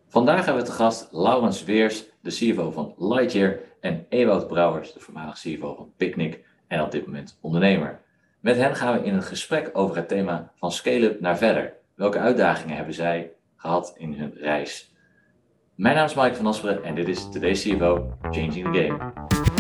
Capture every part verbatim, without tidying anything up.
Vandaag hebben we te gast Laurens Weers, de C F O van Lightyear, en Ewout Brouwers, de voormalig C F O van Picnic en op dit moment ondernemer. Met hen gaan we in een gesprek over het thema van scale-up naar verder. Welke uitdagingen hebben zij gehad in hun reis? Mijn naam is Mike van Asperen en dit is Today's C F O, Changing the Game.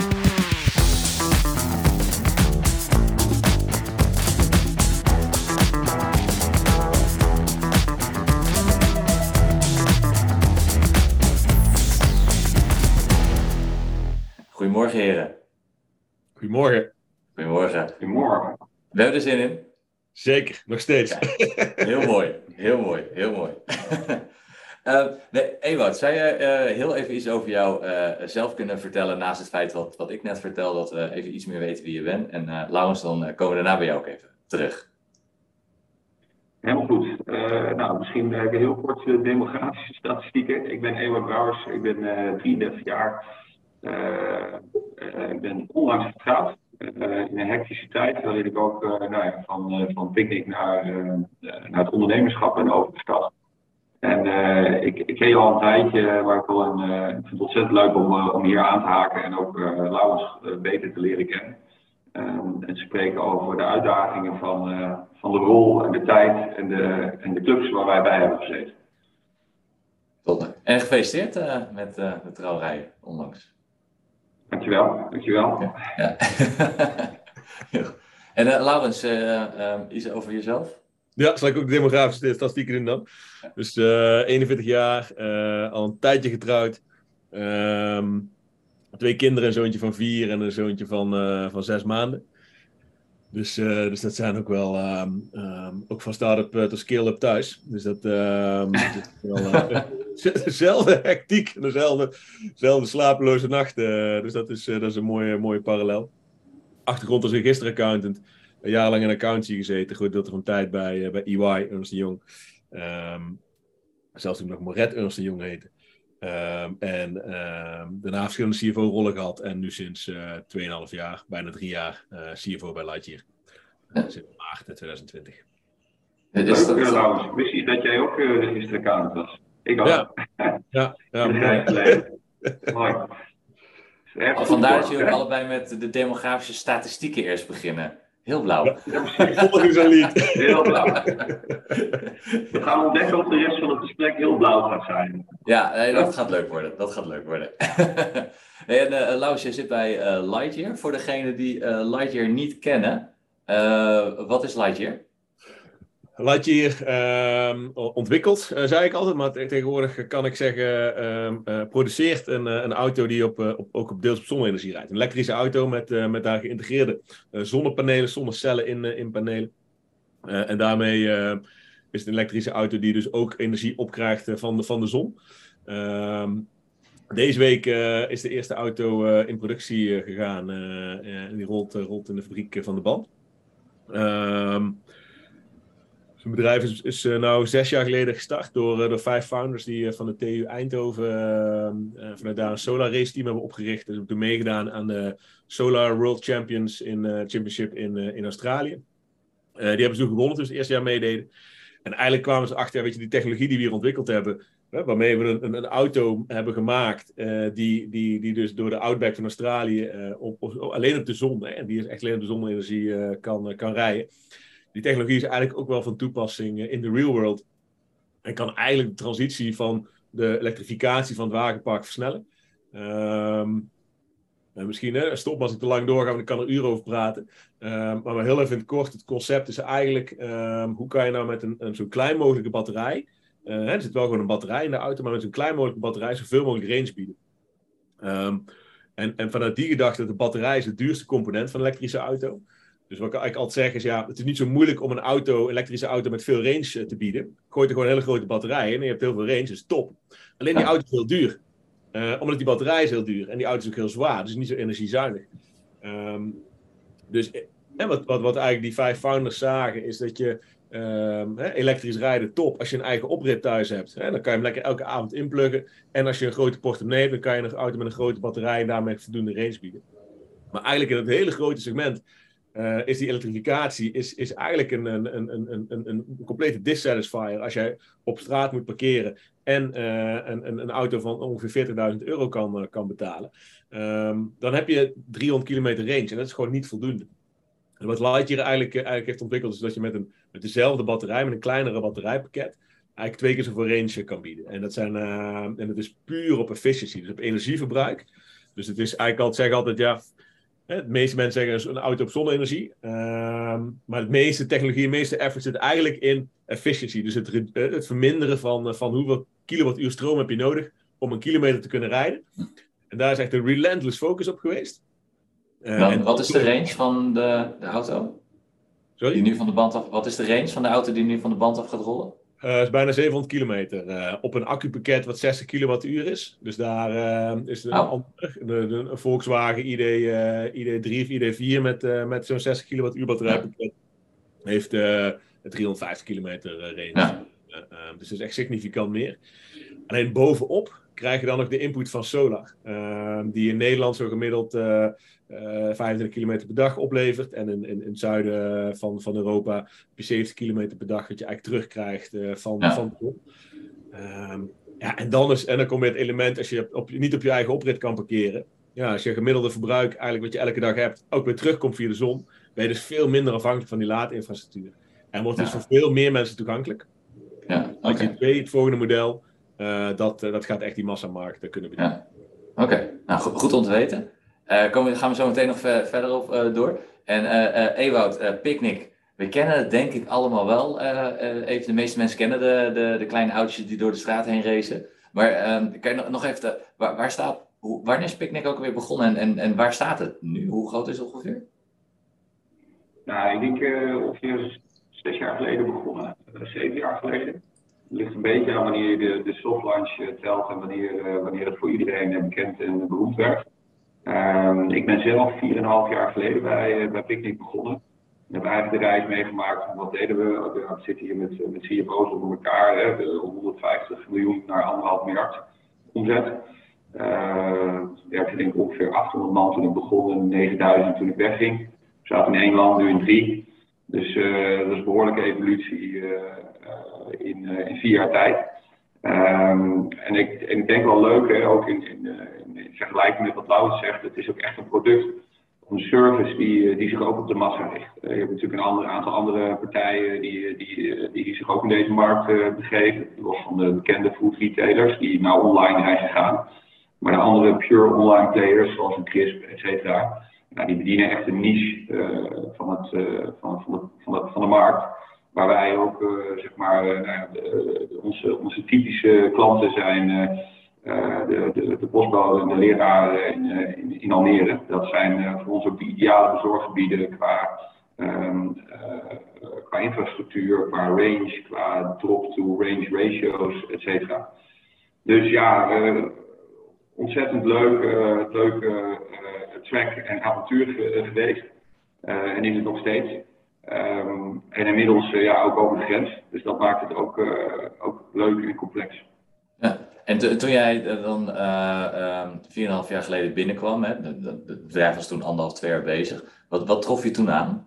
Goedemorgen heren. Goedemorgen. Goedemorgen. Goedemorgen. We hebben er zin in. Zeker, nog steeds. Ja, heel mooi, heel mooi, heel mooi. uh, nee, Ewout, zou je uh, heel even iets over jou uh, zelf kunnen vertellen, naast het feit wat, wat ik net vertelde, dat we even iets meer weten wie je bent. En uh, Laurens, dan uh, komen we daarna bij jou ook even terug. Helemaal goed. Uh, nou, misschien uh, heel kort uh, demografische statistieken. Ik ben Ewout Brouwers, ik ben uh, drieëndertig jaar. Uh, uh, ik ben onlangs getrouwd. Uh, in een hectische tijd, waarin ik ook uh, nou ja, van, uh, van Picnic naar, uh, naar het ondernemerschap ben overgestapt. En uh, ik, ik ken je al een tijdje, waar ik wel een, uh, ik vind het ontzettend leuk om, uh, om hier aan te haken en ook uh, Laurens uh, beter te leren kennen. Um, en te spreken over de uitdagingen van, uh, van de rol en de tijd en de, en de clubs waar wij bij hebben gezeten. Tot. En gefeliciteerd uh, met uh, de trouwerij onlangs. Dankjewel, dankjewel. Ja. Ja. En uh, Laurens, uh, uh, iets over jezelf? Ja, zal ik ook de demografische statistieken doen dan. Ja. Dus uh, eenenveertig jaar, uh, al een tijdje getrouwd. Um, twee kinderen, een zoontje van vier en een zoontje van, uh, van zes maanden. Dus, uh, dus dat zijn ook wel, um, um, ook van start-up uh, tot scale-up thuis. Dus dat, um, dat is wel uh, dezelfde hectiek en dezelfde, dezelfde slapeloze nachten. Dus dat is, uh, dat is een mooie, mooie parallel. Achtergrond als registeraccountant. Een jaar lang in accountancy gezeten. Goed, dat er een tijd bij, uh, bij E Y, Ernst and Young. Um, zelfs toen nog Moret Ernst and Young heette. Um, en um, daarna verschillende C F O-rollen gehad. En nu sinds uh, twee komma vijf jaar, bijna drie jaar, uh, C F O bij Lightyear. Uh, sinds maart twintig twintig. Is dat uh, Laurens, wist je dat jij ook uh, registeraccountant was? Ik ook. Ja, ja, ja mooi. Mooi. Vandaar dat jullie ook allebei met de demografische statistieken eerst beginnen. Heel blauw. Ja, volgens een lied. Heel blauw. We gaan ontdekken of de rest van het gesprek heel blauw gaat zijn. Ja, nee, dat gaat leuk worden. Dat gaat leuk worden. En uh, Laurens, je zit bij uh, Lightyear. Voor degenen die uh, Lightyear niet kennen, uh, wat is Lightyear? Lightyear uh, ontwikkeld, uh, zei ik altijd, maar tegenwoordig kan ik zeggen, uh, uh, produceert een, uh, een auto die op, uh, op, ook op deels op zonne-energie rijdt. Een elektrische auto met, uh, met daar geïntegreerde uh, zonnepanelen, zonnecellen in, uh, in panelen. Uh, en daarmee uh, is het een elektrische auto die dus ook energie opkrijgt uh, van, de, van de zon. Uh, deze week uh, is de eerste auto uh, in productie uh, gegaan uh, uh, en die rolt, uh, rolt in de fabriek uh, van de band. Uh, Zijn bedrijf is, is uh, nou zes jaar geleden gestart door, uh, door vijf founders die uh, van de T U Eindhoven uh, uh, vanuit daar een solar race team hebben opgericht. Dus we hebben toen meegedaan aan de Solar World Champions in, uh, Championship in, uh, in Australië. Uh, die hebben ze toen gewonnen, dus het eerste jaar meededen. En eigenlijk kwamen ze achter, weet je, die technologie die we hier ontwikkeld hebben, hè, waarmee we een, een, een auto hebben gemaakt uh, die, die, die dus door de outback van Australië uh, op, op, alleen op de zon, hè, en die is echt alleen op de zonne-energie uh, kan, uh, kan rijden. Die technologie is eigenlijk ook wel van toepassing in de real world. En kan eigenlijk de transitie van de elektrificatie van het wagenpark versnellen. Um, misschien, hè, stop als ik te lang doorga, want ik kan er uren over praten. Um, maar heel even in het kort, het concept is eigenlijk, um, hoe kan je nou met een, een zo klein mogelijke batterij, uh, hè, er zit wel gewoon een batterij in de auto, maar met zo'n klein mogelijke batterij zoveel mogelijk range bieden. Um, en, en vanuit die gedachte, de batterij is de duurste component van een elektrische auto. Dus wat ik eigenlijk altijd zeg is, ja, het is niet zo moeilijk om een auto, elektrische auto met veel range te bieden. Gooi er gewoon een hele grote batterij in en je hebt heel veel range, dus top. Alleen die auto is heel duur. Uh, omdat die batterij is heel duur en die auto is ook heel zwaar, dus niet zo energiezuinig. Um, dus en wat, wat, wat eigenlijk die vijf founders zagen, is dat je um, hè, elektrisch rijden top. Als je een eigen oprit thuis hebt, hè, dan kan je hem lekker elke avond inpluggen. En als je een grote portemonnee hebt, dan kan je een auto met een grote batterij en daarmee voldoende range bieden. Maar eigenlijk in het hele grote segment uh, is die elektrificatie is, is eigenlijk een, een, een, een, een, een complete dissatisfier als jij op straat moet parkeren en uh, een, een, een auto van ongeveer veertigduizend euro kan, uh, kan betalen. Um, dan heb je driehonderd kilometer range en dat is gewoon niet voldoende. En wat Lightyear eigenlijk, eigenlijk heeft ontwikkeld is dat je met, een, met dezelfde batterij, met een kleinere batterijpakket, eigenlijk twee keer zoveel range kan bieden. En dat, zijn, uh, en dat is puur op efficiency, dus op energieverbruik. Dus het is eigenlijk altijd, zeg altijd, ja, hè, de meeste mensen zeggen een auto op zonne-energie. Uh, maar de meeste technologie, de meeste effort zit eigenlijk in efficiency. Dus het, het verminderen van, van hoeveel kilowattuur stroom heb je nodig om een kilometer te kunnen rijden. En daar is echt een relentless focus op geweest. Uh, Dan, en wat is de range van de, de auto? Sorry? Die nu van de band af, wat is de range van de auto die nu van de band af gaat rollen? Het uh, is bijna zevenhonderd kilometer uh, op een accupakket wat zestig kilowattuur is. Dus daar uh, is een, oh. een, een, een Volkswagen I D, uh, I D drie of I D vier met, uh, met zo'n zestig kilowattuur batterijpakket. Ja. Heeft uh, driehonderdvijftig kilometer uh, range. Ja. Uh, uh, dus dat is echt significant meer. Alleen bovenop krijg je dan nog de input van solar. Uh, die in Nederland zo gemiddeld uh, uh, vijfentwintig kilometer per dag oplevert. En in, in, in het zuiden van, van Europa heb je zeventig kilometer per dag dat je eigenlijk terugkrijgt uh, van, ja. van de zon. Um, ja, en, dan is, en dan kom je het element, als je op, op, niet op je eigen oprit kan parkeren. Ja, als je gemiddelde verbruik, eigenlijk wat je elke dag hebt, ook weer terugkomt via de zon. Ben je dus veel minder afhankelijk van die laadinfrastructuur. En wordt dus ja. voor veel meer mensen toegankelijk. Ja, okay. G twee, het volgende model. Uh, dat, uh, dat gaat echt die massamarkt kunnen bedienen. Ja. Oké, okay. Nou goed, goed om te weten. Uh, komen we, gaan we zo meteen nog ver, verder op uh, door. En uh, uh, Ewout, uh, Picnic, we kennen het denk ik allemaal wel. Uh, uh, even, de meeste mensen kennen de, de, de kleine autootjes die door de straat heen racen. Maar uh, kan je nog, nog even, de, waar, waar staat, hoe, wanneer is Picnic ook weer begonnen en, en, en waar staat het nu? Hoe groot is het ongeveer? Nou, ik denk uh, ongeveer zes jaar geleden begonnen, uh, zeven jaar geleden. Het ligt een beetje aan wanneer je de, de soft launch telt en wanneer, uh, wanneer het voor iedereen bekend en beroemd werd. Um, ik ben zelf vier en een half jaar geleden bij, uh, bij Picnic begonnen. We hebben eigenlijk de reis meegemaakt van wat deden we. We zitten hier met, met C F O's onder elkaar, hè, de honderdvijftig miljoen naar anderhalf miljard omzet. Uh, ja, ik denk ongeveer achthonderd man toen ik begon, negenduizend toen ik wegging. We zaten in één land, nu in drie. Dus uh, dat is een behoorlijke evolutie uh, uh, in, uh, in vier jaar tijd. Um, en, ik, en ik denk wel leuk, hè, ook in, in, in, in vergelijking met wat Laurens zegt, het is ook echt een product, een service die, die zich ook op de massa richt. Uh, je hebt natuurlijk een ander, aantal andere partijen die, die, die zich ook in deze markt uh, begeven, los van de bekende food retailers die nou online reizen gaan. Maar de andere pure online players, zoals een Crisp, et cetera, nou, die bedienen echt een niche uh, van, het, uh, van, van, de, van, de, van de markt. Waar wij ook, uh, zeg maar, uh, nou, de, de, onze, onze typische klanten zijn uh, uh, de, de, de postbode en de leraren in, uh, in, in Almere. Dat zijn uh, voor ons ook de ideale bezorggebieden qua, um, uh, qua infrastructuur, qua range, qua drop-to-range ratios, et cetera. Dus ja, uh, ontzettend leuk, uh, leuk uh, track en avontuur geweest. Uh, en is het nog steeds. Um, en inmiddels uh, ja, ook over de grens. Dus dat maakt het ook, uh, ook leuk en complex. Ja, en to, toen jij dan vier en een half jaar geleden binnenkwam, hè, het bedrijf was toen anderhalf, twee jaar bezig. Wat, wat trof je toen aan?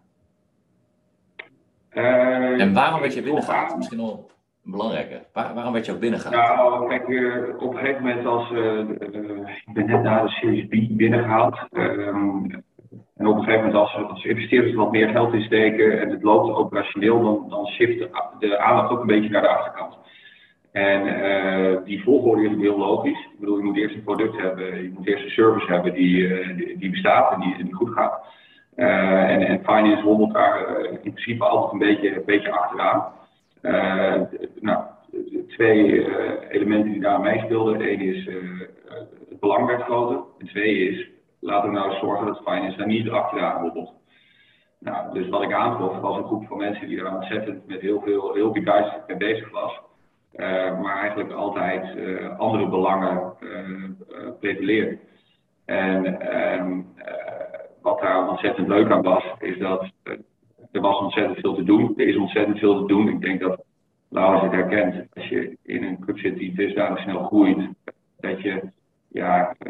Uh, en waarom werd je binnengehaald? Misschien wel een belangrijke. Waar, waarom werd je ook binnengehaald? Nou, kijk, uh, op een gegeven moment als... Uh, uh, ik ben net na de Series B binnengehaald. Um, En op een gegeven moment als, als investeerders wat meer geld insteken en het loopt operationeel, dan, dan shift de, de aandacht ook een beetje naar de achterkant. En uh, die volgorde is heel logisch. Ik bedoel, je moet eerst een product hebben, je moet eerst een service hebben die, uh, die, die bestaat en die, die goed gaat. Uh, en, en finance wandelt daar uh, in principe altijd een beetje, een beetje achteraan. Uh, nou, twee uh, elementen die daar meespeelden. Eén is uh, het belang werd groter. En twee is, laten we nou eens zorgen dat finance daar niet achteraan hobbelt. Nou, dus wat ik aantrof was een groep van mensen die daar ontzettend met heel veel, heel begeisterd mee bezig was. Uh, maar eigenlijk altijd uh, andere belangen uh, uh, prevaleerden. En um, uh, wat daar ontzettend leuk aan was, is dat uh, er was ontzettend veel te doen. Er is ontzettend veel te doen. Ik denk dat Laurens het herkent. Als je in een club zit die dusdanig snel groeit, dat je ja, uh,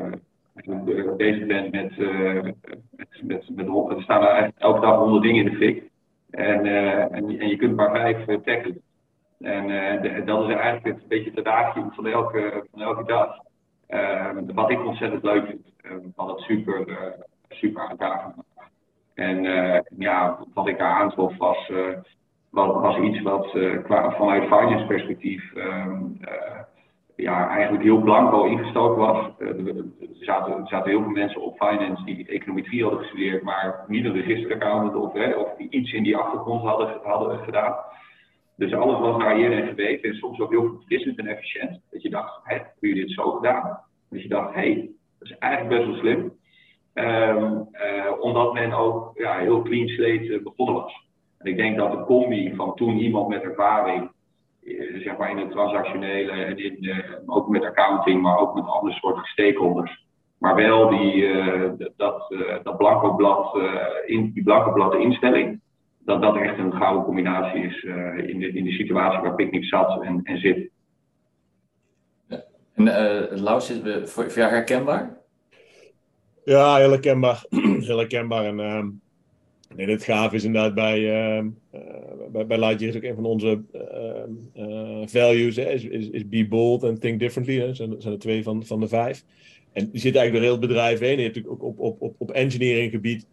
uh, bezig bent met, uh, met, met, met, met, er staan er eigenlijk elke dag honderd dingen in de fik. En, uh, en, en je kunt maar vijf uh, tackelen. En uh, de, dat is eigenlijk het beetje de daagje van elke, van elke dag. Uh, wat ik ontzettend leuk vind. Uh, wat het super, uh, super uitdagend maakt. En uh, ja, wat ik daar aantrof was, uh, was, was iets wat uh, qua, vanuit finance perspectief um, uh, ja, eigenlijk heel blanco ingestoken was. Uh, er, zaten, er zaten heel veel mensen op finance die econometrie hadden gestudeerd, maar niet een registeraccountant of, hè, of die iets in die achtergrond hadden, hadden gedaan. Dus alles was naar hier en geweten en soms ook heel verfrissend en efficiënt. Dat je dacht, hé, heb je dit zo gedaan? Dus je dacht, hé, hey, dat is eigenlijk best wel slim. Um, uh, omdat men ook ja, heel clean slate uh, begonnen was. En ik denk dat de combi van toen iemand met ervaring, uh, zeg maar in het transactionele en in, uh, ook met accounting, maar ook met andere soorten stakeholders. Maar wel die, uh, dat, uh, dat blanco blad, uh, in, die blanco blad instelling. Dat dat echt een gouden combinatie is uh, in, de, in de situatie waar Picnic zat en, en zit. Ja. En uh, Lau, is het voor, voor jou herkenbaar? Ja, heel herkenbaar. heel herkenbaar. En uh, nee, het gaaf is inderdaad bij, uh, uh, bij, bij Lightyear is ook een van onze uh, uh, values, hè, is, is, is be bold and think differently. Hè. Dat zijn, zijn er twee van, van de vijf. En die zit eigenlijk door heel het bedrijf heen. Je hebt natuurlijk ook op, op, op, op engineering gebied.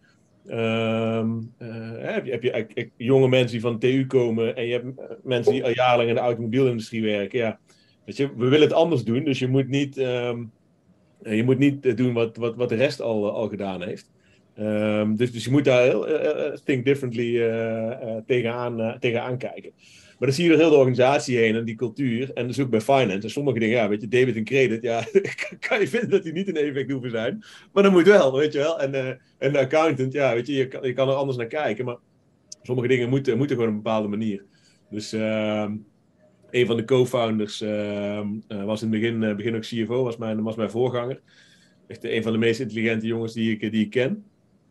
Um, uh, heb je, heb je uh, jonge mensen die van de T U komen en je hebt uh, mensen die al jarenlang in de automobielindustrie werken. Ja, weet je, we willen het anders doen, dus je moet niet, um, je moet niet doen wat, wat, wat de rest al, al gedaan heeft. Um, dus, dus je moet daar heel uh, think differently uh, uh, tegenaan, uh, tegenaan kijken. Maar dan zie je er heel de organisatie heen en die cultuur. En dus ook bij finance. En sommige dingen, ja, weet je, debit en credit. Ja, kan je vinden dat die niet een effect hoeven zijn. Maar dat moet wel, weet je wel. En, uh, en de accountant, ja, weet je, je kan, je kan er anders naar kijken. Maar sommige dingen moeten, moeten gewoon op een bepaalde manier. Dus uh, een van de co-founders uh, uh, was in het begin, uh, begin ook C F O. Was mijn, was mijn voorganger. Echt een van de meest intelligente jongens die ik, die ik ken.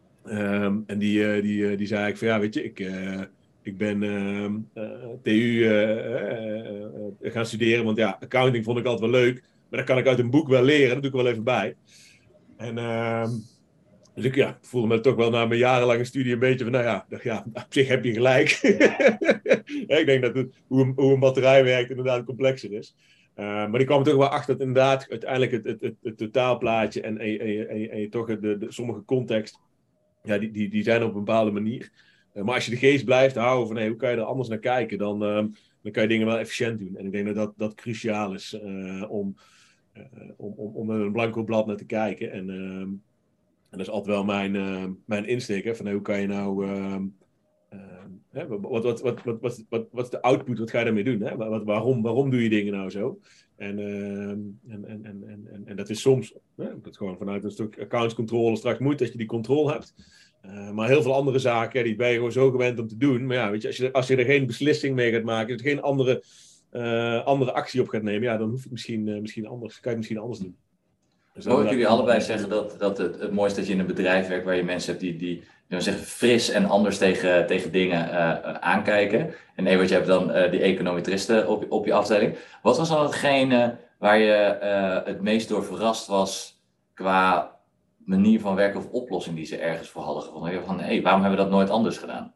Um, en die, uh, die, uh, die zei eigenlijk van, ja, weet je, ik... Uh, Ik ben uh, uh, T U uh, uh, uh, gaan studeren, want ja, accounting vond ik altijd wel leuk. Maar dat kan ik uit een boek wel leren, dat doe ik er wel even bij. En uh, dus ik ja, voelde me toch wel na mijn jarenlange studie een beetje van, nou ja, dacht, ja op zich heb je gelijk. ja, ik denk dat het, hoe, een, hoe een batterij werkt inderdaad complexer is. Uh, maar ik kwam er toch wel achter dat inderdaad uiteindelijk het, het, het, het totaalplaatje en, en, en, en, en toch de, de, sommige context, ja, die, die, die zijn op een bepaalde manier. Maar als je de geest blijft houden van hey, hoe kan je er anders naar kijken, dan, uh, dan kan je dingen wel efficiënt doen. En ik denk dat dat, dat cruciaal is uh, om, uh, om, om, om met een blanco blad naar te kijken. En, uh, en dat is altijd wel mijn, uh, mijn insteek. Hè, van hey, hoe kan je nou... Uh, uh, hè, wat, wat, wat, wat, wat, wat, wat is de output? Wat ga je daarmee doen? Hè? Wat, waarom, waarom doe je dingen nou zo? En, uh, en, en, en, en, en dat is soms... Hè, dat gewoon vanuit een stuk accountscontrole straks moet, dat je die controle hebt. Uh, maar heel veel andere zaken, die ben je gewoon zo gewend om te doen. Maar ja, weet je, als je, als je er geen beslissing mee gaat maken, als je er geen andere, uh, andere actie op gaat nemen, ja, dan hoef je het misschien, uh, misschien anders, kan je het misschien anders doen. Dus hoor ik jullie allebei zeggen dat, dat het, het mooiste is dat je in een bedrijf werkt waar je mensen hebt die, die, die zeggen, fris en anders tegen, tegen dingen uh, uh, aankijken. En Ewert, je hebt dan uh, die econometristen op, op je afdeling. Wat was dan hetgene waar je uh, het meest door verrast was qua manier van werken of oplossing die ze ergens voor hadden gevonden? Van, hé, hey, waarom hebben we dat nooit anders gedaan?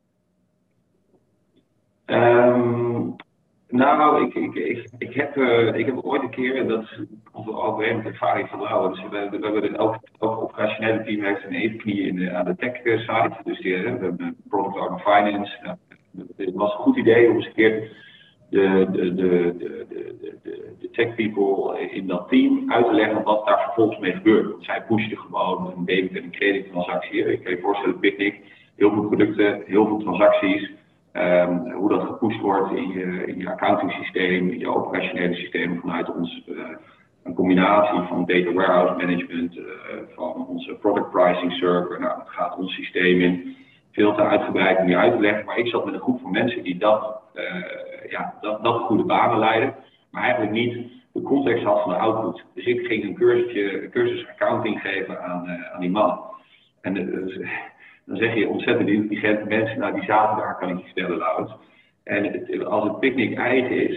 Um, nou, ik, ik, ik, ik, heb, uh, ik heb ooit een keer, en dat is overeenkomstig ervaring van Lau, dus we, we hebben ook het operationele team heeft een evenknie in de, aan de tech side, dus die, we hebben product owner finance. Nou, het was een goed idee om eens een keer de, de, de, de, de, de, de tech people in dat team uit te leggen wat daar vervolgens mee gebeurt. Want zij pushten gewoon een debit- en een credittransactie. Ik kan je voorstellen, Picnic, heel veel producten, heel veel transacties. Um, hoe dat gepusht wordt in je, in je accounting systeem, in je operationele systeem vanuit ons, uh, een combinatie van data warehouse management, uh, van onze product pricing server. Nou, dat gaat ons systeem in. Veel te uitgebreid om je uit te leggen, maar ik zat met een groep van mensen die dat, uh, ja, dat, dat goede banen leiden, maar eigenlijk niet de context had van de output. Dus ik ging een cursusje, een cursus accounting geven aan, uh, aan die mannen. En uh, dan zeg je ontzettend intelligente mensen, nou die zaten daar, kan ik je vertellen, Laurens. En het, als het Picnic eigen is,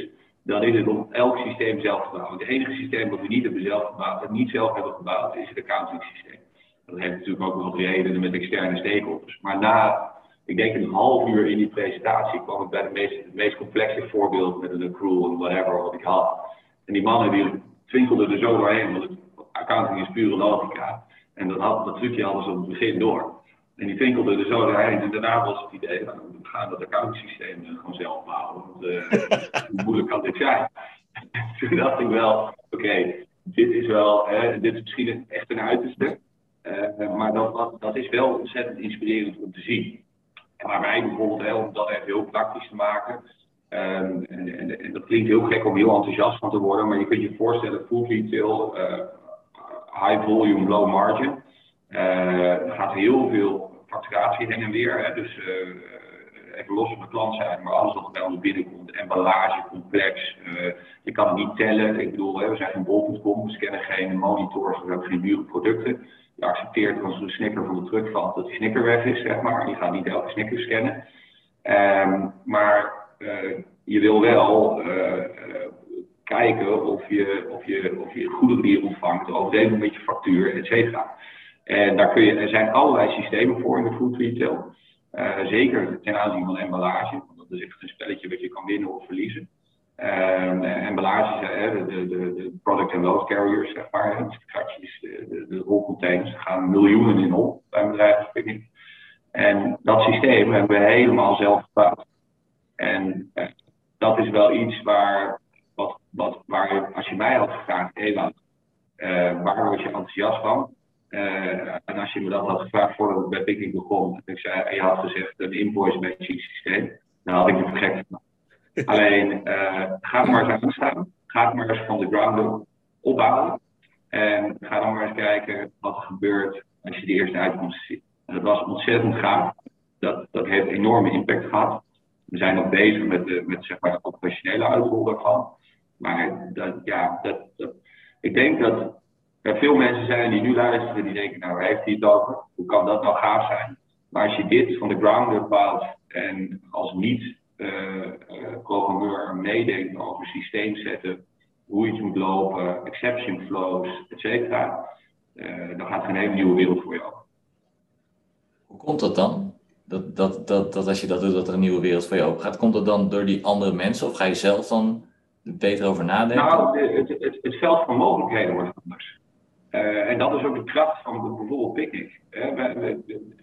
dan is het om elk systeem zelf te bouwen. Het enige systeem dat we niet hebben zelf gebouwd, dat niet zelf hebben gebouwd, is het accounting systeem. Dat heeft natuurlijk ook nog wat redenen met externe stakeholders. Maar na, ik denk een half uur in die presentatie, kwam ik bij de meest, het meest complexe voorbeeld met een accrual en whatever wat ik had. En die mannen die twinkelden er zo doorheen, want het, accounting is pure logica. En dat, had, dat trucje hadden ze op het begin door. En die twinkelden er zo doorheen. En daarna was het idee, nou, we gaan dat accounting systeem gewoon zelf bouwen. Want uh, hoe moeilijk kan dit zijn? Toen dacht ik wel, oké, okay, dit is wel, uh, dit is misschien echt een uiterste. Uh, maar dat, dat is wel ontzettend inspirerend om te zien. En waar wij bijvoorbeeld, hè, om dat even heel praktisch te maken. Um, en, en, en dat klinkt heel gek om heel enthousiast van te worden. Maar je kunt je voorstellen, food retail, uh, high volume, low margin. Uh, er gaat heel veel facturatie heen en weer. Hè? Dus uh, even los van de klant zijn, maar alles wat bij ons binnenkomt. Emballage, complex. Uh, je kan het niet tellen. Ik bedoel, hè, we zijn geen bol punt com, we scannen geen monitors, we hebben geen dure producten. Je accepteert als er een snicker van de truck valt dat die snicker weg is, zeg maar. Je gaat niet elke snicker scannen. Um, maar uh, je wil wel uh, uh, kijken of je, of je, of je goede manier ontvangt, overeenkomt met je factuur, et cetera. En daar kun je, er zijn allerlei systemen voor in de food retail. Uh, zeker ten aanzien van emballage. Want dat is echt een spelletje wat je kan winnen of verliezen. Um, emballage, uh, de, de, de product and load carriers, zeg maar. De kratjes, de, de, de rolcontainers. Er gaan miljoenen in op bij een bedrijf als Picnic. En dat systeem hebben we helemaal zelf gebouwd. En uh, dat is wel iets waar, wat, wat, waar je, als je mij had gevraagd, Ewout, uh, waar word je enthousiast van? Uh, en als je me dat had gevraagd voordat ik bij Picnic begon, en ik zei, en je had gezegd een invoice matching systeem, dan had ik me vergeten. Alleen, uh, ga er maar eens aan staan. Ga het maar eens van de ground up opbouwen. En ga dan maar eens kijken wat er gebeurt als je de eerste uitkomsten ziet. En dat was ontzettend gaaf. Dat, dat heeft enorme impact gehad. We zijn nog bezig met de, met, zeg maar, de professionele uitrol daarvan. Maar dat, ja, dat, dat, ik denk dat er veel mensen zijn die nu luisteren die denken, nou, waar heeft hij het over? Hoe kan dat nou gaaf zijn? Maar als je dit van de ground up bouwt en als niet uh, uh, programmeur meedenkt over systeemzetten, hoe iets moet lopen, exception flows, et cetera, uh, dan gaat er een hele nieuwe wereld voor je open. Hoe komt dat dan? Dat, dat, dat, dat als je dat doet, dat er een nieuwe wereld voor je open gaat. Komt dat dan door die andere mensen of ga je zelf dan beter over nadenken? Nou, het, het, het veld van mogelijkheden wordt anders. Uh, en dat is ook de kracht van bijvoorbeeld Picnic. Uh, we, we,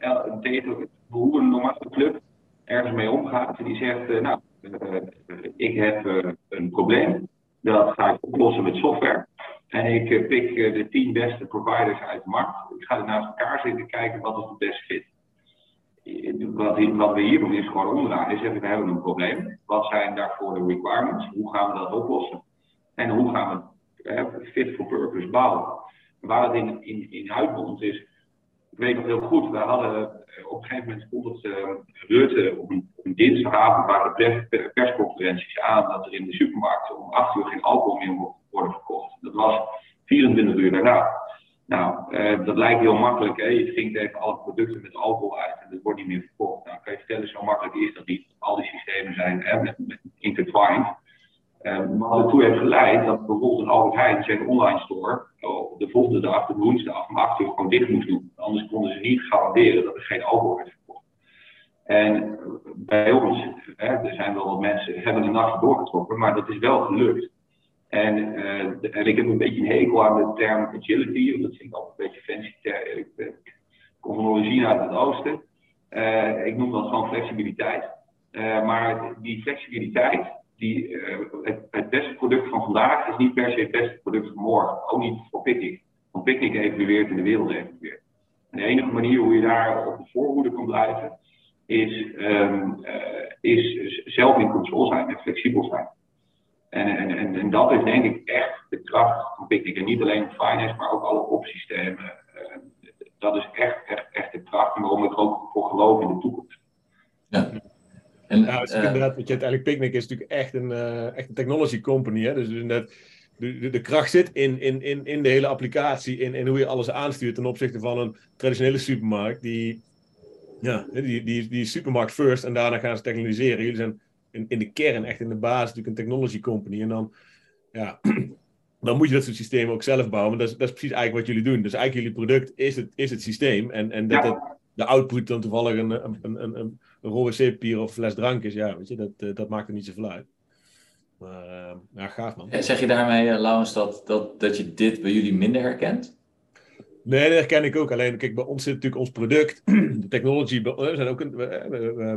we, hoe een normale club ergens mee omgaat. Die zegt, uh, nou, uh, ik heb uh, een probleem. Dat ga ik oplossen met software. En ik uh, pik uh, de tien beste providers uit de markt. Ik ga er naast elkaar zitten kijken wat is de beste fit. Wat, wat we hier doen is gewoon onderaan. Is even, we hebben een probleem. Wat zijn daarvoor de requirements? Hoe gaan we dat oplossen? En hoe gaan we uh, fit for purpose bouwen? Waar het in, in, in uitkomt is, ik weet nog heel goed, we hadden uh, op een gegeven moment stond het uh, Rutte op een, op een dinsdagavond waren de pers, persconferenties aan dat er in de supermarkten om acht uur geen alcohol meer mocht worden verkocht. Dat was vierentwintig uur daarna. Nou, uh, dat lijkt heel makkelijk, hè? Je vinkt even alle producten met alcohol uit en dat wordt niet meer verkocht. Nou, kan je vertellen, zo makkelijk is dat niet. Al die systemen zijn hè, met, met intertwined. Uh, wat ertoe heeft geleid dat bijvoorbeeld een Albert Heijn zijn online store oh, de volgende dag, de woensdag, om acht uur gewoon dicht moest doen. Anders konden ze niet garanderen dat er geen alcohol werd verkocht. En bij ons, hè, er zijn wel wat mensen, hebben de nacht doorgetrokken, maar dat is wel gelukt. En, uh, de, en ik heb een beetje een hekel aan de term agility, dat vind ik altijd een beetje fancy term. Ik, ik kom van origine uit het oosten. Uh, ik noem dat gewoon flexibiliteit. Uh, maar die flexibiliteit, Die, uh, het, het beste product van vandaag is niet per se het beste product van morgen. Ook niet voor Picnic. Want Picnic evolueert en de wereld evolueert. En de enige manier hoe je daar op de voorhoede kan blijven, is, um, uh, is zelf in control zijn en flexibel zijn. En, en, en, en dat is denk ik echt de kracht van Picnic. En niet alleen finance, maar ook alle opsystemen. Uh, dat is echt, echt, echt de kracht en waarom ik ook voor geloof in de toekomst. Ja. En, nou, het is uh, inderdaad, want je uiteindelijk Picnic is natuurlijk echt een, uh, echt een technology company. Hè? Dus, dus net, de, de, de kracht zit in, in, in, in de hele applicatie, in, in hoe je alles aanstuurt ten opzichte van een traditionele supermarkt. Die, ja, die, die, die supermarkt first en daarna gaan ze technologiseren. Jullie zijn in, in de kern, echt in de basis, natuurlijk een technology company. En dan, ja, dan moet je dat soort systemen ook zelf bouwen. Maar dat is, dat is precies eigenlijk wat jullie doen. Dus eigenlijk jullie product is het, is het systeem. En, en dat Ja. het, de output dan toevallig een, een, een, een, een rode wc-papier of een fles drank is. Ja, weet je, dat, dat maakt er niet zoveel uit. Maar uh, ja, gaaf man. Zeg je daarmee, uh, Laurens, dat, dat, dat je dit bij jullie minder herkent? Nee, dat herken ik ook. Alleen, kijk, bij ons zit natuurlijk ons product, de technology, we zijn ook een... We, we, we,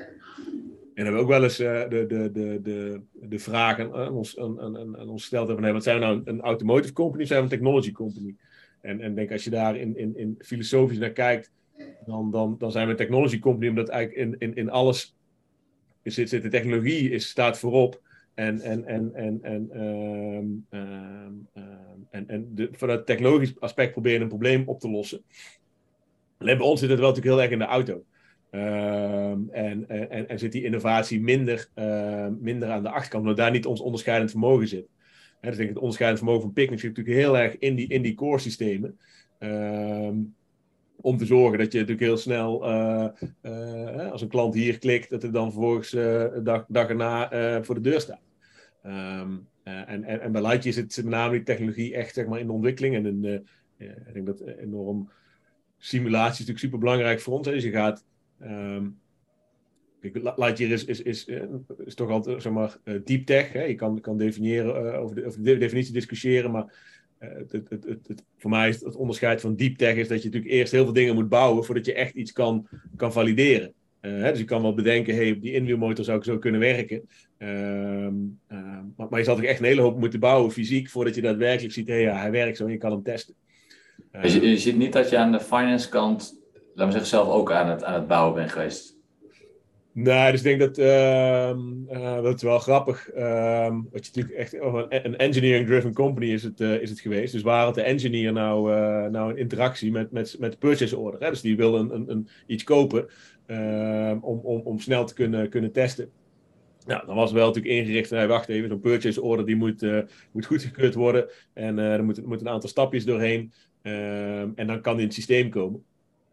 en hebben we ook wel eens uh, de, de, de, de, de vraag aan, aan, ons, aan, aan, aan ons gesteld hebben: nee, wat zijn we nou, een automotive company of zijn we een technology company? En, en denk, als je daar in, in, in filosofisch naar kijkt, dan, dan, dan zijn we een technology company, omdat eigenlijk in, in, in alles zit, zit de technologie is, staat voorop. En, en, en, en, en, um, um, um, en, en de, vanuit het technologisch aspect proberen een probleem op te lossen. Alleen bij ons zit het wel natuurlijk heel erg in de auto. Um, en, en, en zit die innovatie minder, uh, minder aan de achterkant, omdat daar niet ons onderscheidend vermogen zit. He, dus denk ik, het onderscheidend vermogen van Picnic zit natuurlijk heel erg in die, in die core systemen. Um, om te zorgen dat je natuurlijk heel snel, uh, uh, als een klant hier klikt, dat er dan vervolgens uh, dag, dag erna uh, voor de deur staat. Um, uh, en, en, en bij Lightyear zit met name die technologie echt, zeg maar, in de ontwikkeling. En in, uh, uh, ik denk dat enorm simulatie is natuurlijk super belangrijk voor ons. Hè. Dus je gaat... Um, Lightyear is, is, is, is toch altijd, zeg maar, uh, deep tech. Hè? Je kan, kan definiëren, uh, over, de, over de definitie discussiëren, maar uh, het, het, het, het, het, voor mij is het onderscheid van deep tech is dat je natuurlijk eerst heel veel dingen moet bouwen voordat je echt iets kan, kan valideren. Uh, hè? Dus je kan wel bedenken, hey, die inwielmotor zou ik zo kunnen werken. Uh, uh, maar, maar je zal toch echt een hele hoop moeten bouwen fysiek voordat je daadwerkelijk ziet, hey, ja, hij werkt zo en je kan hem testen. Uh, je, je ziet niet dat je aan de finance kant, laten we zeggen, zelf ook aan het, aan het bouwen bent geweest? Nee, dus ik denk dat uh, uh, dat is wel grappig. Uh, wat je natuurlijk echt oh, een, een engineering-driven company is het, uh, is het geweest. Dus waar had de engineer nou, uh, nou een interactie met, met, met de purchase order? Hè? Dus die wil een, een, een, iets kopen uh, om, om, om snel te kunnen, kunnen testen. Nou, dan was het wel natuurlijk ingericht. Nee, wacht even, zo'n purchase order die moet, uh, moet goedgekeurd worden. En uh, er moet, moet een aantal stapjes doorheen. Uh, en dan kan die in het systeem komen.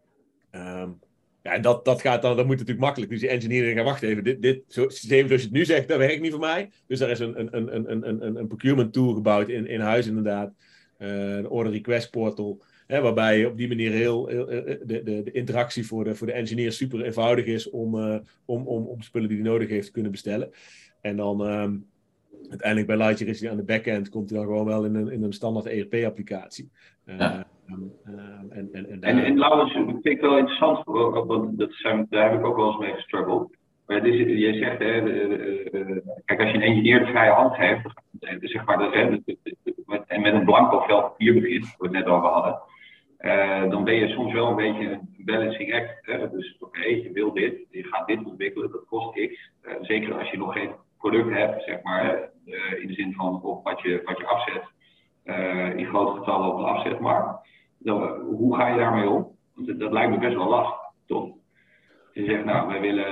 Um, Ja, en dat, dat, gaat dan, dat moet natuurlijk makkelijk. Dus die engineer denkt, wacht even, dit, dit zo, systeem zoals je het nu zegt, dat werkt niet voor mij. Dus daar is een, een, een, een, een, een procurement tool gebouwd in, in huis inderdaad. Uh, een order request portal. Hè, waarbij je op die manier heel, heel de, de, de interactie voor de, voor de engineer super eenvoudig is om, uh, om, om, om spullen die hij nodig heeft te kunnen bestellen. En dan um, uiteindelijk bij Lightyear is hij aan de backend, komt hij dan gewoon wel in een, in een standaard E R P-applicatie. Uh, ja. Um, uh, en, en, en, en, en Laurens, dat vind ik wel interessant, want dat zijn, daar heb ik ook wel eens mee gestruggeld. Maar is, je zegt, hè, de, de, de, kijk, als je een engineer de vrije hand heeft, zeg maar, dat, hè, met, en met een blanco vel papier begint, waar we het net over hadden, uh, dan ben je soms wel een beetje een balancing act. Hè? Dus oké, okay, je wil dit, je gaat dit ontwikkelen, dat kost x. Uh, zeker als je nog geen product hebt, zeg maar, uh, in de zin van op wat je, wat je afzet, uh, in grote getallen op de afzetmarkt. Dan, hoe ga je daarmee om? Want dat, dat lijkt me best wel lastig, toch? Je zegt, nou, wij willen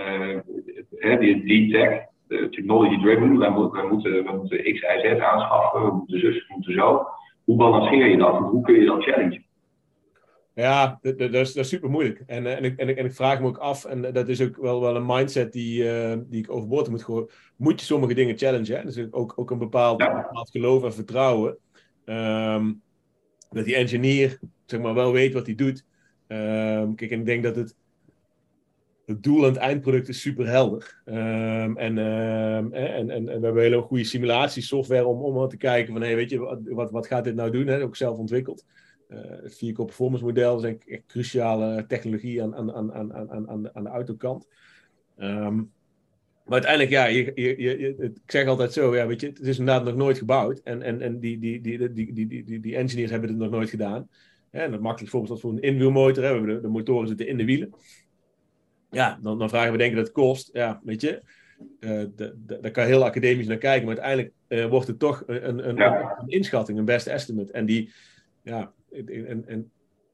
uh, die, die tech, uh, technology driven, wij, moet, wij, moeten, wij moeten X, Y, Z aanschaffen, we moeten zus, we moeten zo. Hoe balanceer je dat en hoe kun je dat challengen? Ja, dat, dat, is, dat is super moeilijk. En, en, ik, en, ik, en ik vraag me ook af, en dat is ook wel, wel een mindset die, uh, die ik overboord moet gooien. Moet je sommige dingen challengen? Hè? Dus ook, ook een bepaald, ja. bepaald geloof en vertrouwen. Um, dat die engineer, zeg maar, wel weet wat hij doet. Um, kijk, en ik denk dat het, het doel en het eindproduct is super helder. Um, en, um, en, en, en we hebben een hele goede simulatiesoftware om, om te kijken van, hey, weet je, wat, wat gaat dit nou doen? Hè? Ook zelf ontwikkeld. Uh, het vier core performance model is een echt cruciale technologie aan, aan, aan, aan, aan, aan, de, aan de autokant. Um, maar uiteindelijk, ja, je, je, je, ik zeg altijd zo, ja, weet je, het is inderdaad nog nooit gebouwd. En, en, en die, die, die, die, die, die, die engineers hebben het nog nooit gedaan. Ja, en dat makkelijk bijvoorbeeld voor een inwielmotor. Hè, we hebben de, de motoren zitten in de wielen. Ja, dan, dan vragen we denken dat het kost. Ja, weet je, uh, de, de, daar kan je heel academisch naar kijken. Maar uiteindelijk uh, wordt het toch een, een, ja. een, een inschatting, een best estimate. En die, ja, en, en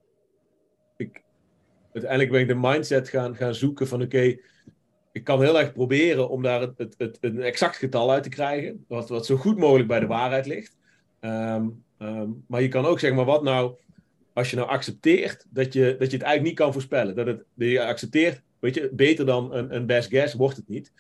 ik, uiteindelijk ben ik de mindset gaan, gaan zoeken van oké, okay, ik kan heel erg proberen om daar het, het, het, een exact getal uit te krijgen, wat, wat zo goed mogelijk bij de waarheid ligt. Um, um, maar je kan ook zeggen, maar wat nou, als je nou accepteert dat je, dat je het eigenlijk niet kan voorspellen. Dat, het, dat je accepteert, weet je, beter dan een, een best guess wordt het niet.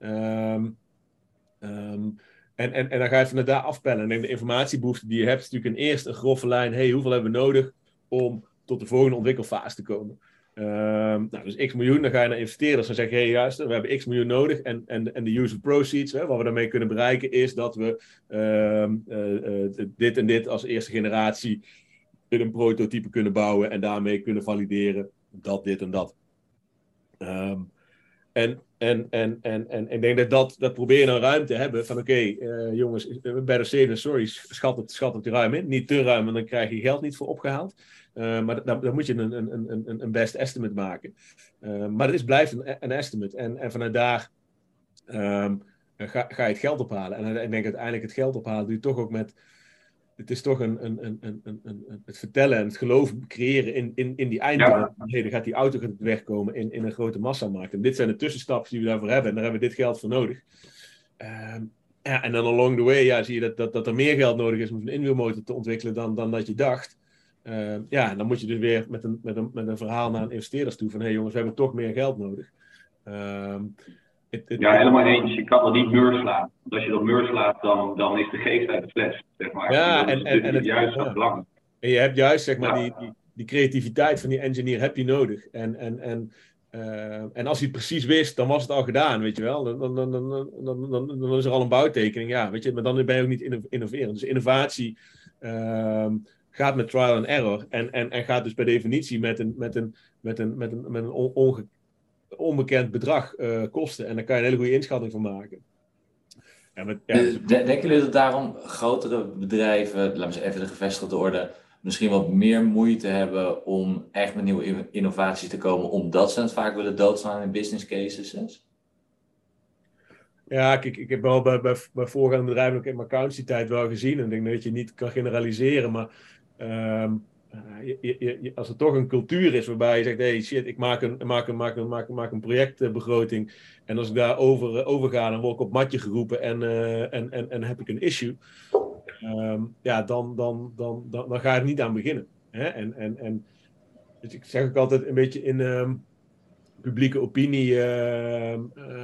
Um, um, en, en, en dan ga je vanuit daar afpellen. En ik denk de informatiebehoefte die je hebt, is natuurlijk een eerste een grove lijn. Hey, hoeveel hebben we nodig om tot de volgende ontwikkelfase te komen? Um, nou, dus x miljoen, dan ga je naar investeerders en zeg je, hey, juist, we hebben x miljoen nodig. En, en, en de use of proceeds, hè, wat we daarmee kunnen bereiken, is dat we um, uh, uh, dit en dit als eerste generatie een prototype kunnen bouwen en daarmee kunnen valideren dat, dit en dat. Um, en, en, en, en, en ik denk dat dat, dat proberen nou ruim te hebben van oké, okay, uh, jongens, better safe than sorry, schat het, schat het ruim in. Niet te ruim, want dan krijg je geld niet voor opgehaald. Uh, maar dan, dan moet je een, een, een, een best estimate maken. Uh, maar het is, blijft een, een estimate. En, en vanuit daar um, ga, ga je het geld ophalen. En ik denk uiteindelijk het geld ophalen doe je toch ook met... Het is toch een, een, een, een, een, een, het vertellen en het geloof creëren in, in, in die einddoel. Ja. Dan gaat die auto wegkomen in, in een grote massamarkt. En dit zijn de tussenstappen die we daarvoor hebben. En daar hebben we dit geld voor nodig. Um, ja, en dan along the way ja, zie je dat, dat, dat er meer geld nodig is om een inwielmotor te ontwikkelen dan, dan dat je dacht. Uh, ja, en dan moet je dus weer met een, met, een, met een verhaal naar een investeerders toe van hé hey jongens, we hebben toch meer geld nodig. Um, Het, het, ja, helemaal eens. Je kan dat niet meur slaan. Want als je dat meur slaat, dan, dan is de geest uit de fles, zeg maar. Ja, en, en, en, en het juist ja. belangrijk. En je hebt juist, zeg maar, ja. die, die, die creativiteit van die engineer heb je nodig. En, en, en, uh, en als hij het precies wist, dan was het al gedaan, weet je wel. Dan, dan, dan, dan, dan, dan, dan is er al een bouwtekening, ja, weet je. Maar dan ben je ook niet innoveren. Dus innovatie uh, gaat met trial and error. En, en, en gaat dus per definitie met een, met een, met een, met een, met een onge onbekend bedrag uh, kosten. En daar kan je een hele goede inschatting van maken. Ja, maar, ja, dus... Denken jullie dat daarom grotere bedrijven, laten we even de gevestigde orde, misschien wat meer moeite hebben om echt met nieuwe innovaties te komen, omdat ze het vaak willen doodslaan in business cases? Ja, kijk, ik heb wel bij, bij, bij voorgaande bedrijven ook in mijn accountancy-tijd wel gezien. En ik denk dat je niet kan generaliseren, maar um, Uh, je, je, je, als er toch een cultuur is waarbij je zegt, hey shit, ik maak een, maak een, maak een, maak een, maak een projectbegroting en als ik daar over, uh, over ga, dan word ik op matje geroepen en, uh, en, en, en heb ik een issue. Um, ja, dan, dan, dan, dan, dan ga je er niet aan beginnen. Hè? En, en, en, dus ik zeg ook altijd een beetje in um, publieke opinie, uh, uh,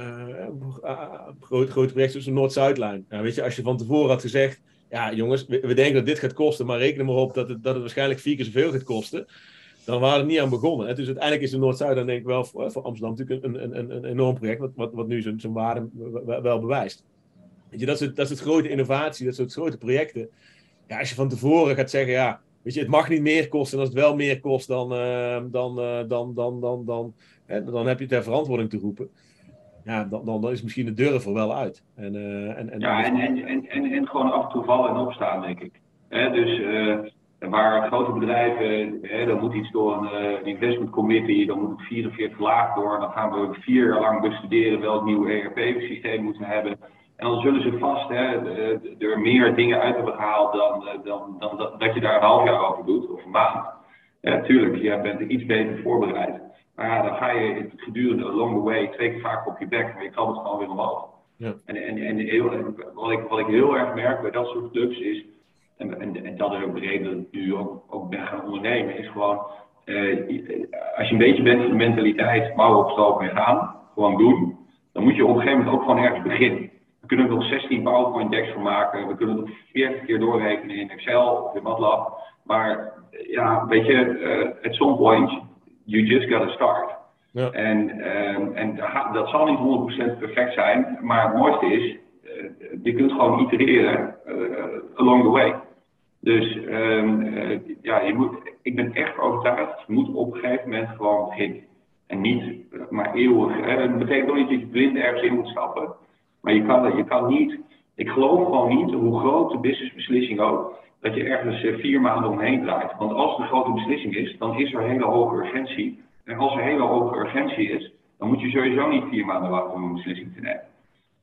uh, grote, grote projecten zoals de Noord-Zuidlijn. Nou, weet je, als je van tevoren had gezegd, ja, jongens, we, we denken dat dit gaat kosten, maar reken er maar op dat het, dat het waarschijnlijk vier keer zoveel gaat kosten. Dan waren we er niet aan begonnen. Hè. Dus uiteindelijk is de Noord-Zuid dan denk ik wel voor, voor Amsterdam natuurlijk een, een, een, een enorm project, wat, wat, wat nu zijn, zijn waarde wel bewijst. Weet je, dat is het, dat is het grote innovatie, dat zijn het grote projecten. Ja, als je van tevoren gaat zeggen, ja, weet je, het mag niet meer kosten, en als het wel meer kost, dan, uh, dan, uh, dan, dan, dan, dan, hè, dan heb je ter verantwoording te roepen. Ja, dan, dan, dan is misschien de deur er wel uit. En, uh, en, en, ja, en, en, en, en, en gewoon af en toe vallen en opstaan, denk ik. He, dus uh, waar grote bedrijven, he, dan moet iets door een uh, investment committee, dan moet het vierenveertig laag door, dan gaan we vier jaar lang bestuderen welk nieuw E R P-systeem moeten hebben. En dan zullen ze vast hè, er meer dingen uit hebben gehaald dan, dan, dan, dan dat je daar een half jaar over doet, of een maand. Ja, tuurlijk, jij bent iets beter voorbereid. Maar ja, dan ga je gedurende along the way twee keer vaak op je bek, maar je kan het gewoon weer omhoog. Ja. En, en, en heel, wat, ik, wat ik heel erg merk bij dat soort clubs is, en, en, en dat is ook de reden dat ik nu ook, ook ben gaan ondernemen, is gewoon, eh, als je een beetje bent van de mentaliteit, mouwen opstoken en gaan, gewoon doen, dan moet je op een gegeven moment ook gewoon ergens beginnen. We kunnen er nog zestien PowerPoint decks voor maken, we kunnen het nog veertig keer doorrekenen in Excel of in MATLAB, maar ja, weet je, uh, at some point, you just gotta start. Ja. En, um, en dat zal niet honderd procent perfect zijn, maar het mooiste is, uh, je kunt gewoon itereren uh, along the way. Dus um, uh, ja, je moet, ik ben echt overtuigd, je moet op een gegeven moment gewoon beginnen. En niet uh, maar eeuwig. Hè. Dat betekent ook niet dat je blind ergens in moet stappen. Maar je kan, je kan niet, ik geloof gewoon niet, hoe groot de businessbeslissing ook, dat je ergens uh, vier maanden omheen draait. Want als het een grote beslissing is, dan is er hele hoge urgentie. En als er hele hoge urgentie is, dan moet je sowieso niet vier maanden wachten om een beslissing te nemen.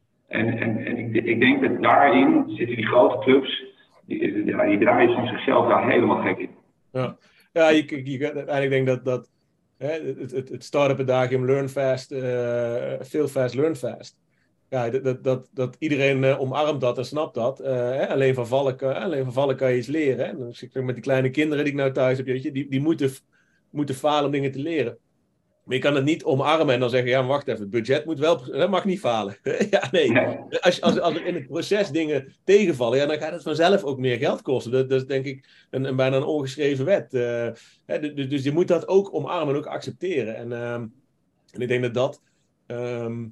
En, en, en ik, ik denk dat daarin zitten die grote clubs, die, die, die draaien soms zichzelf daar helemaal gek in. Ja, ja je, je, uiteindelijk denk dat, dat hè, het, het, het start-up adagium learn fast, uh, fail fast, learn fast. Ja, dat, dat, dat, dat iedereen uh, omarmt dat en snapt dat. Uh, hè, alleen, van vallen kan, alleen van vallen kan je iets leren. Hè. Dus ik zeg met die kleine kinderen die ik nou thuis heb, weet je, die, die moeten... moeten falen om dingen te leren. Maar je kan het niet omarmen en dan zeggen, ja, maar wacht even, het budget moet wel, dat mag niet falen. ja, nee. Nee. Als, als, als er in het proces dingen tegenvallen, ja, dan gaat het vanzelf ook meer geld kosten. Dat, dat is denk ik een, een, bijna een ongeschreven wet. Uh, hè, dus, dus je moet dat ook omarmen en ook accepteren. En, uh, en ik denk dat dat... Um,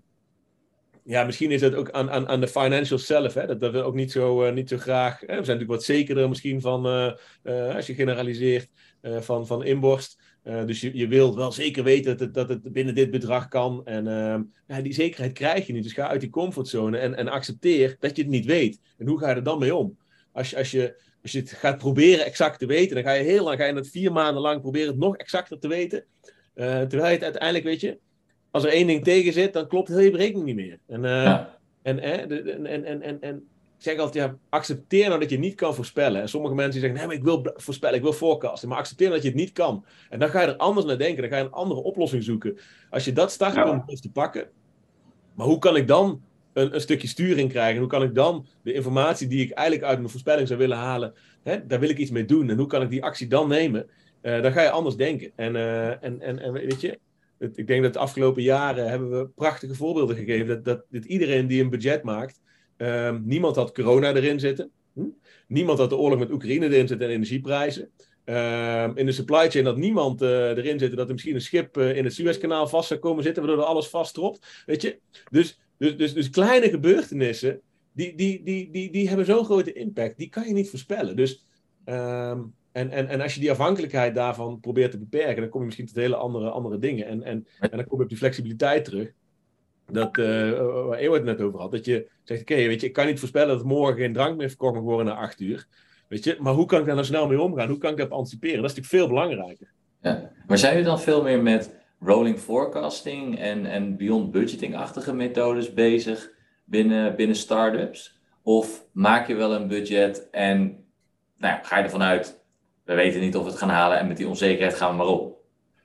ja, misschien is dat ook aan, aan, aan de financials zelf. Hè? Dat, dat we ook niet zo, uh, niet zo graag... Hè? We zijn natuurlijk wat zekerder misschien van, uh, uh, als je generaliseert, uh, van, van inborst. Uh, dus je, je wilt wel zeker weten dat het, dat het binnen dit bedrag kan. En uh, ja, die zekerheid krijg je niet. Dus ga uit die comfortzone en, en accepteer dat je het niet weet. En hoe ga je er dan mee om? Als je, als je, als je het gaat proberen exact te weten, dan ga je heel lang, ga je het vier maanden lang proberen het nog exacter te weten. Uh, terwijl je het uiteindelijk, weet je... Als er één ding tegen zit, dan klopt heel je berekening niet meer. En, uh, ja. en, eh, de, en, en, en, en, en ik zeg altijd, ja, accepteer nou dat je het niet kan voorspellen. En sommige mensen zeggen, nee, maar ik wil voorspellen, ik wil forecasten. Maar accepteer nou dat je het niet kan. En dan ga je er anders naar denken, dan ga je een andere oplossing zoeken. Als je dat startpunt ja. te pakken, maar hoe kan ik dan een, een stukje sturing krijgen? Hoe kan ik dan de informatie die ik eigenlijk uit mijn voorspelling zou willen halen, hè, daar wil ik iets mee doen. En hoe kan ik die actie dan nemen? Uh, dan ga je anders denken. En, uh, en, en, en weet je... Ik denk dat de afgelopen jaren hebben we prachtige voorbeelden gegeven. Dat, dat, dat iedereen die een budget maakt... Um, niemand had corona erin zitten. Hm? Niemand had de oorlog met Oekraïne erin zitten en energieprijzen. Um, in de supply chain had niemand uh, erin zitten... dat er misschien een schip uh, in het Suezkanaal vast zou komen zitten... waardoor er alles vasttropt. Weet je? Dus, dus, dus, dus kleine gebeurtenissen... Die, die, die, die, die hebben zo'n grote impact. Die kan je niet voorspellen. Dus... Um, En, en, en als je die afhankelijkheid daarvan probeert te beperken, dan kom je misschien tot hele andere, andere dingen. En, en, en dan kom je op die flexibiliteit terug. Dat, uh, waar Ewout het net over had. Dat je zegt, oké, okay, weet je, ik kan niet voorspellen dat morgen geen drank meer verkocht mag worden na acht uur. Weet je, maar hoe kan ik daar nou snel mee omgaan? Hoe kan ik dat anticiperen? Dat is natuurlijk veel belangrijker. Ja. Maar zijn jullie dan veel meer met rolling forecasting en, en beyond budgeting-achtige methodes bezig binnen, binnen start-ups? Of maak je wel een budget en nou ja, ga je ervan uit... We weten niet of we het gaan halen en met die onzekerheid gaan we maar op.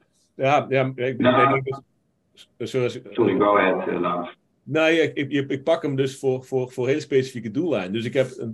Ja, ja ik nou, denk dat... Sorry, sorry, go ahead, uh, Lars. Nee, ik, ik, ik pak hem dus voor, voor, voor hele specifieke doellijnen. Dus ik heb, een,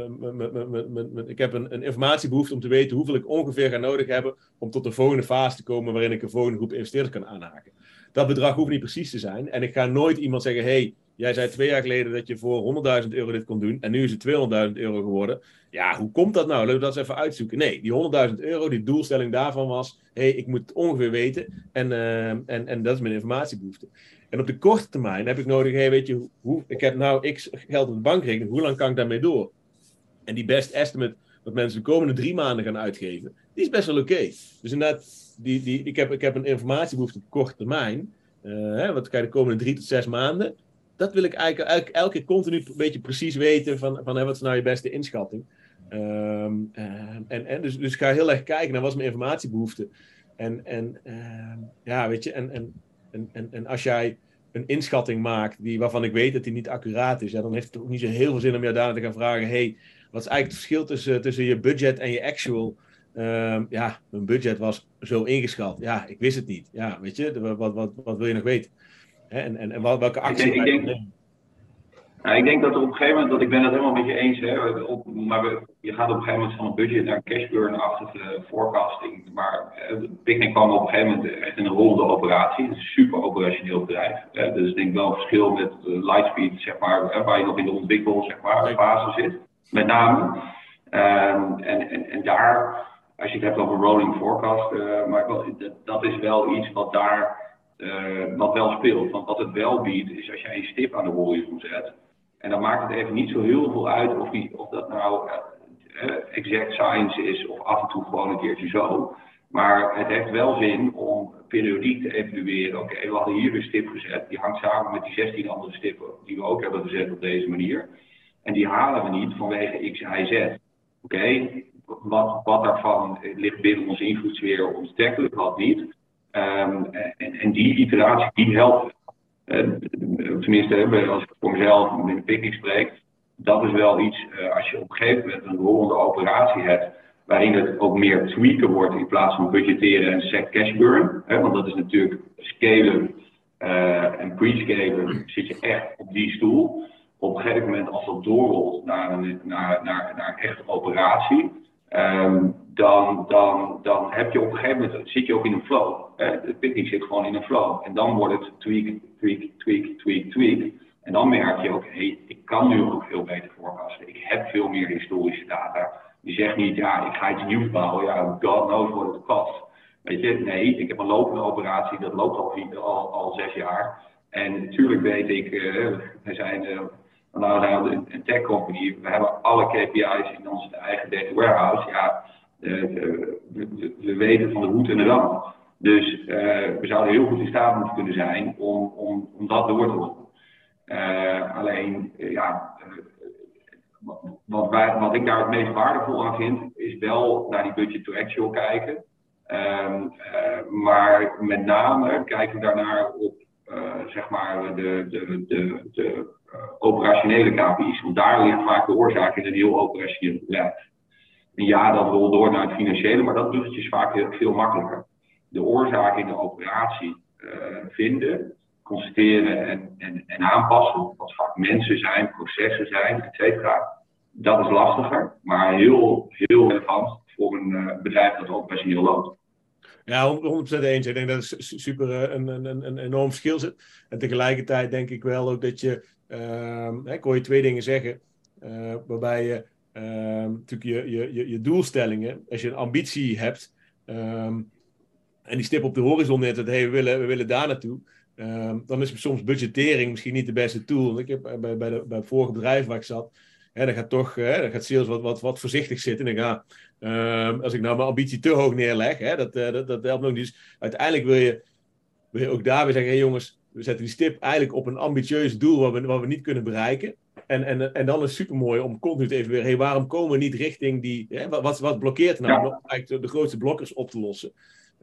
uh, ik heb een, een informatiebehoefte om te weten hoeveel ik ongeveer ga nodig hebben om tot de volgende fase te komen waarin ik een volgende groep investeerders kan aanhaken. Dat bedrag hoeft niet precies te zijn. En ik ga nooit iemand zeggen, hey, jij zei twee jaar geleden dat je voor honderdduizend euro dit kon doen en nu is het tweehonderdduizend euro geworden. Ja, hoe komt dat nou? Laten we dat eens even uitzoeken. Nee, die honderdduizend euro, die doelstelling daarvan was, hé, hey, ik moet het ongeveer weten en, uh, en, en dat is mijn informatiebehoefte. En op de korte termijn heb ik nodig, hey, weet je, hoe, ik heb nou x geld op de bankrekening, hoe lang kan ik daarmee door? En die best estimate, wat mensen de komende drie maanden gaan uitgeven, die is best wel oké. Okay. Dus inderdaad, die, die, ik, heb, ik heb een informatiebehoefte op korte termijn, uh, hè, wat kan je de komende drie tot zes maanden, dat wil ik eigenlijk elke, elke keer continu een beetje precies weten van, van hè, wat is nou je beste inschatting. Um, uh, en, en dus, dus ga heel erg kijken naar wat is mijn informatiebehoefte. En, en uh, ja, weet je, en, en, en, en, en als jij een inschatting maakt die, waarvan ik weet dat die niet accuraat is, ja, dan heeft het ook niet zo heel veel zin om jou daarna te gaan vragen, hey, wat is eigenlijk het verschil tussen, tussen je budget en je actual? Um, ja, mijn budget was zo ingeschat. Ja, ik wist het niet. Ja, weet je, wat, wat, wat, wat wil je nog weten? Hè? En, en, en welke actie ik denk, ik denk, nou, ik denk dat er op een gegeven moment, dat ik ben het helemaal met je eens, hè, op, maar we, je gaat op een gegeven moment van een budget naar een cashburn-achtige forecasting. Maar eh, Picnic kwam op een gegeven moment echt in een rollende operatie. Het is een super operationeel bedrijf. Hè, dus ik denk wel een verschil met uh, Lightspeed, zeg maar, hè, waar je nog in de ontwikkel, zeg maar, fase zit. Met name. Um, en, en, en daar, als je het hebt over rolling forecast, uh, maar wel, dat, dat is wel iets wat daar, uh, wat wel speelt. Want wat het wel biedt, is als jij een stip aan de horizon zet. En dan maakt het even niet zo heel veel uit of, die, of dat nou uh, exact science is of af en toe gewoon een keertje zo. Maar het heeft wel zin om periodiek te evalueren. Oké, okay, we hadden hier een stip gezet. Die hangt samen met die zestien andere stippen die we ook hebben gezet op deze manier. En die halen we niet vanwege X, Y, Z. Oké, okay, wat, wat daarvan ligt binnen onze invloedssfeer om te tackelen, wat niet. Um, en, en die iteratie, die helpt. Uh, tenminste, als ik voor mezelf in de Picnic spreek, dat is wel iets, uh, als je op een gegeven moment een rollende operatie hebt, waarin het ook meer tweaken wordt in plaats van budgetteren en set cash burn. Hè, want dat is natuurlijk scalen uh, en pre-scalen, zit je echt op die stoel. Op een gegeven moment, als dat doorrolt naar een, naar, naar, naar een echte operatie, um, dan, dan, dan heb je op een gegeven moment, zit je ook in een flow. Het Picnic zit gewoon in een flow. En dan wordt het tweak, tweak, tweak, tweak, tweak. En dan merk je ook, hé, hey, ik kan nu ook veel beter forecasten. Ik heb veel meer historische data. Je zegt niet, ja, ik ga iets nieuws bouwen. Ja, God knows what it cost. Weet je, nee, ik heb een lopende operatie, dat loopt al, al, al zes jaar. En natuurlijk weet ik, uh, we zijn uh, nou, nou, een tech company, we hebben alle K P I's in onze eigen data warehouse. Ja, uh, uh, we, we weten van de hoed en de rand. Dus uh, we zouden heel goed in staat moeten kunnen zijn om, om, om dat door te lopen. Uh, alleen, uh, ja, uh, wat, wij, wat ik daar het meest waardevol aan vind, is wel naar die budget to actual kijken. Um, uh, maar met name kijken we daarnaar op uh, zeg maar de, de, de, de uh, operationele K P I's. Want daar ligt vaak de oorzaak in een heel operationeel bedrijf. En ja, dat rolt door naar het financiële, maar dat bruggetje is vaak heel, veel makkelijker. De oorzaak in de operatie uh, vinden, constateren en, en, en aanpassen, wat vaak mensen zijn, processen zijn, et cetera. Dat is lastiger, maar heel, heel relevant voor een uh, bedrijf dat operationeel loopt. Ja, honderd procent eens. Ik denk dat het super uh, een, een, een enorm verschil zit. En tegelijkertijd denk ik wel ook dat je, uh, ik hoor je twee dingen zeggen, uh, waarbij je uh, natuurlijk je, je, je, je doelstellingen, als je een ambitie hebt, um, en die stip op de horizon net, dat hey, we willen, we willen daar naartoe, um, dan is soms budgettering misschien niet de beste tool. Ik heb bij, bij, de, bij het vorige bedrijf waar ik zat, hè, dan gaat toch, hè, dan gaat sales wat, wat, wat voorzichtig zitten. En ik ga, um, als ik nou mijn ambitie te hoog neerleg, hè, dat, uh, dat, dat helpt nog niet. Dus uiteindelijk wil je, wil je ook daar weer zeggen, hey jongens, we zetten die stip eigenlijk op een ambitieus doel wat we, wat we niet kunnen bereiken. En, en, en dan is het supermooi om continu te evalueren, hey, waarom komen we niet richting die, hè, wat, wat blokkeert nou? Ja. Om eigenlijk de, de grootste blokkers op te lossen.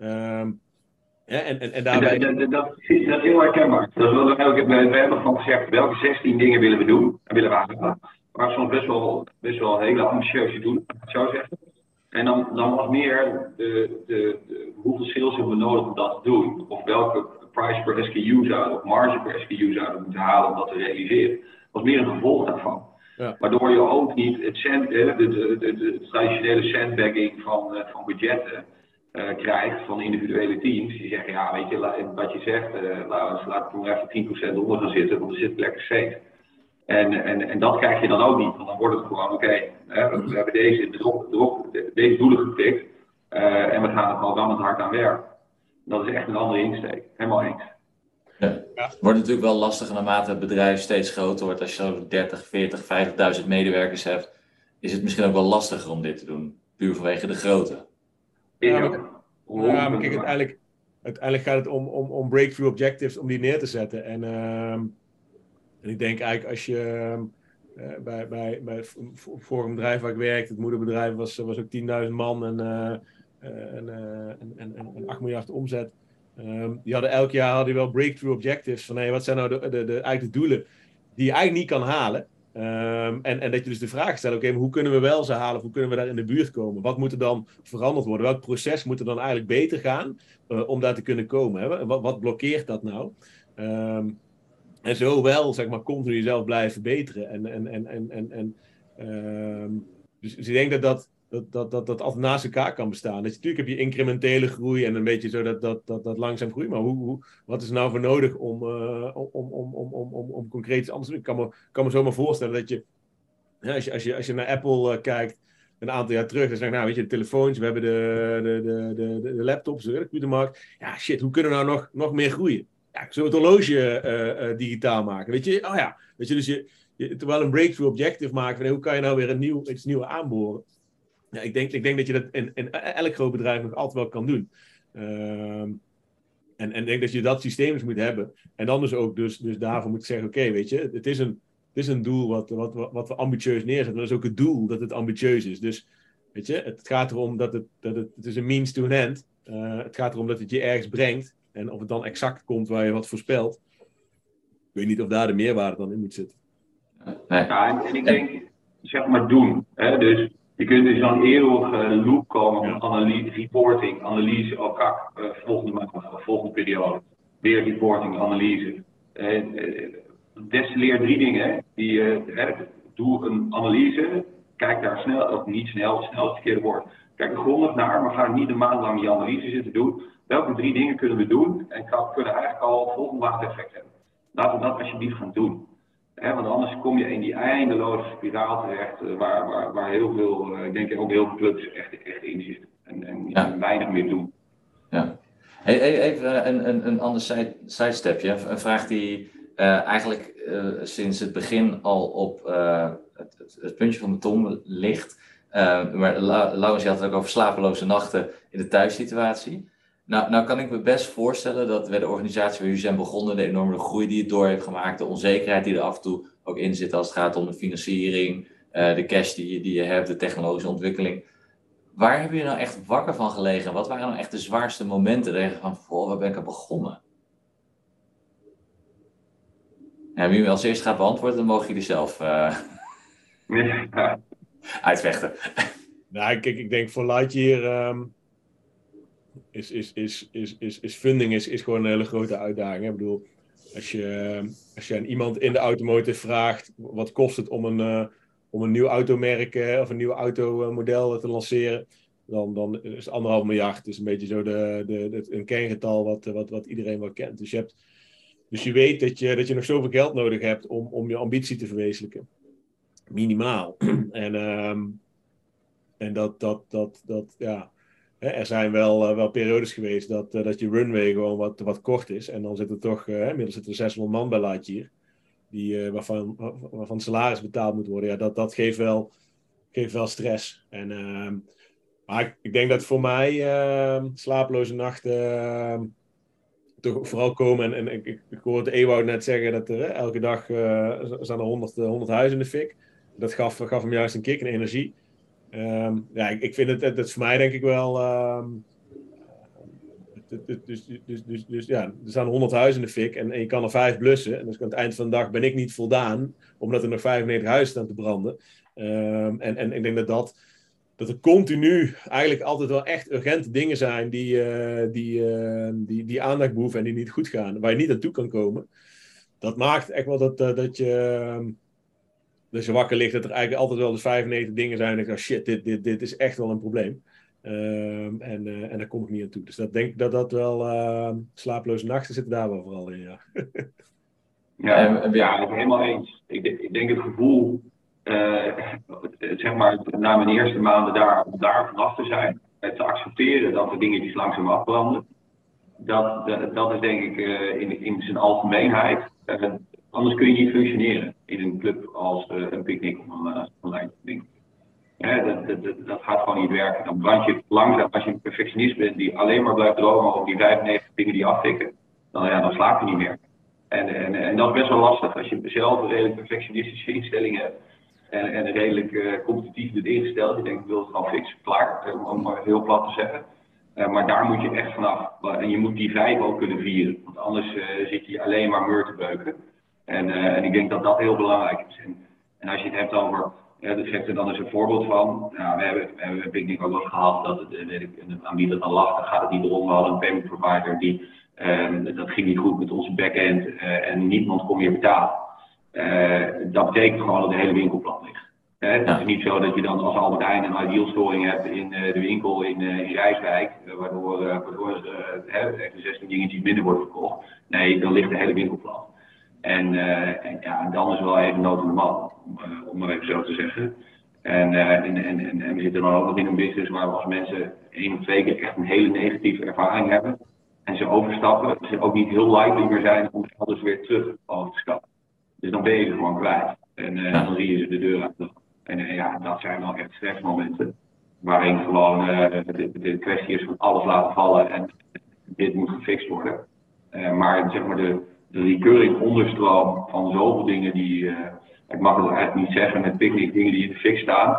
Um, ja, en, en, en daarbij... dat, dat, dat, is, dat is heel herkenbaar. Dat is wat we, ook, we, we hebben van gezegd, welke zestien dingen willen we doen en willen we halen. Maar soms best wel, best wel hele ambitieuze doen, zou ik zeggen. En dan, dan was meer de, de, de, hoeveel sales hebben we nodig om dat te doen. Of welke price per S K U zouden, of marge per S K U zouden moeten halen om dat te realiseren. Dat was meer een gevolg daarvan. Ja. Waardoor je ook niet het, cent, de, de, de, de, de traditionele sandbagging van, uh, van budgetten uh, krijgt van individuele teams. Die zeggen, ja weet je, wat je zegt, uh, laat, laat ik nog even tien procent onder gaan zitten, want dan zit het lekker safe. En, en, en dat krijg je dan ook niet, want dan wordt het gewoon, oké, okay, we hebben deze, erop, erop, deze doelen gepikt uh, en we gaan er gewoon rammend hard aan werken. Dat is echt een andere insteek, helemaal eens. Ja. Het wordt natuurlijk wel lastiger naarmate het bedrijf steeds groter wordt. Als je zo dertig, veertig, vijftigduizend medewerkers hebt, is het misschien ook wel lastiger om dit te doen, puur vanwege de grootte. Ja, maar, ja, maar kijk, uiteindelijk, uiteindelijk gaat het om, om, om breakthrough objectives, om die neer te zetten. En... Uh, En ik denk eigenlijk als je uh, bij, bij, bij het vorige bedrijf waar ik werkte, het moederbedrijf was, was ook tienduizend man en, uh, en, uh, en, en, en acht miljard omzet. Um, die hadden elk jaar hadden wel breakthrough objectives van hey, wat zijn nou de, de, de, eigenlijk de doelen die je eigenlijk niet kan halen. Um, en, en dat je dus de vraag stelt, oké, okay, maar hoe kunnen we wel ze halen of hoe kunnen we daar in de buurt komen? Wat moet er dan veranderd worden? Welk proces moet er dan eigenlijk beter gaan uh, om daar te kunnen komen? Hè? Wat, wat blokkeert dat nou? Um, En zo wel, zeg maar, continu jezelf blijven verbeteren. En, en, en, en, en, en, um, dus, dus ik denk dat dat, dat, dat, dat, dat altijd naast elkaar kan bestaan. Dus natuurlijk heb je incrementele groei en een beetje zo dat, dat, dat, dat langzaam groei. Maar hoe, hoe, wat is er nou voor nodig om, uh, om, om, om, om, om, om concreet iets anders te doen? Ik kan me, kan me zomaar voorstellen dat je, ja, als je, als je, als je naar Apple uh, kijkt, een aantal jaar terug, dan zeg ik, nou weet je, de telefoons, we hebben de, de, de, de, de laptops, de computermarkt. Ja, shit, hoe kunnen we nou nog, nog meer groeien? Ja, zullen we het horloge uh, uh, digitaal maken? Weet je, oh ja, weet je, dus je, je terwijl een breakthrough objective maken, van, hey, hoe kan je nou weer een nieuw, iets nieuws aanboren? Ja, ik denk, ik denk dat je dat in, in elk groot bedrijf nog altijd wel kan doen. Um, en, en ik denk dat je dat systeem moet hebben. En dan dus ook, dus, dus daarvoor moet ik zeggen, oké, okay, weet je, het is een, het is een doel wat, wat, wat, wat we ambitieus neerzetten. Maar dat is ook het doel dat het ambitieus is. Dus, weet je, het gaat erom dat het, dat het, het is een means to an end. Uh, het gaat erom dat het je ergens brengt. En of het dan exact komt waar je wat voorspelt. Ik weet niet of daar de meerwaarde dan in moet zitten. Nee. Ja, en ik denk, zeg maar doen. Hè? Dus je kunt dus dan eeuwig uh, loop komen van ja. analyse, reporting, analyse, oh kak, uh, volgende maand of volgende periode. Weer reporting, analyse. Uh, uh, destilleer drie dingen. Die, uh, uh, doe een analyse kijk daar snel, of niet snel, snel is het verkeerde woord. Kijk er grondig naar, maar ga niet een maand lang die analyse zitten doen. Welke drie dingen kunnen we doen en kan, kunnen eigenlijk al volgend maand effect hebben. Laten we dat alsjeblieft gaan doen. He, want anders kom je in die eindeloze spiraal terecht, uh, waar, waar, waar heel veel, uh, ik denk ook heel veel clubs echt, echt in zitten. En, en ja. weinig meer doen. Ja. Hey, hey, even een, een, een ander side, sidestepje. Een vraag die uh, eigenlijk uh, sinds het begin al op uh, het, het, het puntje van mijn tong ligt. Uh, maar Laurens, je had het ook over slapeloze nachten in de thuissituatie. Nou, nou kan ik me best voorstellen dat bij de organisatie waar jullie zijn begonnen, de enorme groei die het door heeft gemaakt, de onzekerheid die er af en toe ook in zit als het gaat om de financiering, uh, de cash die je, die je hebt, de technologische ontwikkeling. Waar hebben jullie nou echt wakker van gelegen? Wat waren nou echt de zwaarste momenten dat je van, oh, waar ben ik aan begonnen? Ja, wie me als eerst gaat beantwoorden, dan mogen jullie zelf uh, ja. uitvechten. Nou, kijk, ik denk voor Lightyear um, is, is, is, is, is, is funding is, is gewoon een hele grote uitdaging. Hè? Ik bedoel, als je, als je aan iemand in de automotive vraagt, wat kost het om een, uh, om een nieuw automerk uh, of een nieuw automodel uh, te lanceren, dan, dan is het anderhalf miljard. Het is een beetje zo de, de, de, een kerngetal wat, wat, wat iedereen wel kent. Dus je, hebt, dus je weet dat je, dat je nog zoveel geld nodig hebt om, om je ambitie te verwezenlijken. Minimaal. en um, en dat, dat, dat, dat ja... Er zijn wel, uh, wel periodes geweest dat, uh, dat je runway gewoon wat, wat kort is. En dan zit er toch, uh, inmiddels zitten er zeshonderd man bij Lightyear. Die, uh, waarvan, waarvan salaris betaald moet worden. Ja, dat, dat geeft, wel, geeft wel stress. En, uh, maar ik, ik denk dat voor mij uh, slapeloze nachten uh, toch vooral komen. En, en ik, ik, ik hoorde Ewout net zeggen dat er uh, elke dag uh, staan er honderd, honderd huizen in de fik. Dat gaf, gaf hem juist een kick en energie. Um, ja, ik, ik vind het, het, het is voor mij denk ik wel, um, dus, dus, dus, dus ja, er staan honderd huizen in de fik en, en je kan er vijf blussen. En dus aan het eind van de dag ben ik niet voldaan, omdat er nog vijfennegentig huizen staan te branden. Um, en, en ik denk dat, dat, dat er continu eigenlijk altijd wel echt urgente dingen zijn die, uh, die, uh, die, die aandacht behoeven en die niet goed gaan, waar je niet naartoe kan komen. Dat maakt echt wel dat, uh, dat je... Um, Dus je wakker ligt dat er eigenlijk altijd wel de vijfennegentig dingen zijn. En ik dacht, shit, dit, dit, dit is echt wel een probleem. Um, en, uh, en daar kom ik niet aan toe. Dus dat denk ik dat dat wel... Uh, slapeloze nachten zitten daar wel vooral in, ja. ja, ja, ik ben helemaal eens. Ik, ik denk het gevoel... Uh, zeg maar, na mijn eerste maanden daar, om daar vanaf te zijn. Te accepteren dat de dingetjes langzaam afbranden. Dat, dat, dat is denk ik uh, in, in zijn algemeenheid... Uh, Anders kun je niet functioneren in een club als uh, een picknick of een online ding. Ja, dat, dat, dat, dat gaat gewoon niet werken. Dan brand je langzaam, als je een perfectionist bent die alleen maar blijft dromen over die vijfennegentig dingen die aftikken, dan, ja, dan slaap je niet meer. En, en, en dat is best wel lastig. Als je zelf een redelijk perfectionistische instelling hebt en, en een redelijk uh, competitief bent ingesteld, je denkt ik wil het gewoon fixen, klaar, om maar heel plat te zeggen. Uh, maar daar moet je echt vanaf. En je moet die vijf ook kunnen vieren, want anders uh, zit je alleen maar meur te beuken. En, uh, en ik denk dat dat heel belangrijk is. En, en als je het hebt over, ja, dus geef er dan eens een voorbeeld van. Nou, we hebben, we hebben ik denk ook wel eens gehad dat het, weet ik, een aanbieder dan lacht, dan gaat het niet erom. We hadden een payment provider die, uh, dat ging niet goed met onze backend uh, en niemand kon meer betalen. Uh, dat betekent gewoon dat de hele winkel plat ligt. Uh, het ja. is niet zo dat je dan als Albert Heijn een idealstoring hebt in uh, de winkel in, uh, in Rijswijk, uh, waardoor, uh, waardoor er uh, even zestien dingetjes minder wordt verkocht. Nee, dan ligt de hele winkel plat. En, uh, en, ja, en dan is wel even nood aan de man, om, uh, om maar even zo te zeggen. En, uh, en, en, en, en we zitten dan ook nog in een business waar we als mensen één of twee keer echt een hele negatieve ervaring hebben. En ze overstappen, ze ook niet heel likely meer zijn om alles weer terug over te stappen. Dus dan ben je ze gewoon kwijt. En uh, dan zie je ze de deur uit. En uh, ja, dat zijn wel echt stressmomenten. Waarin gewoon uh, de, de kwestie is van alles laten vallen en dit moet gefixt worden. Uh, maar zeg maar de... de recurring onderstroom van zoveel dingen die, uh, ik mag het eigenlijk niet zeggen met picknick, dingen die in de fik staan,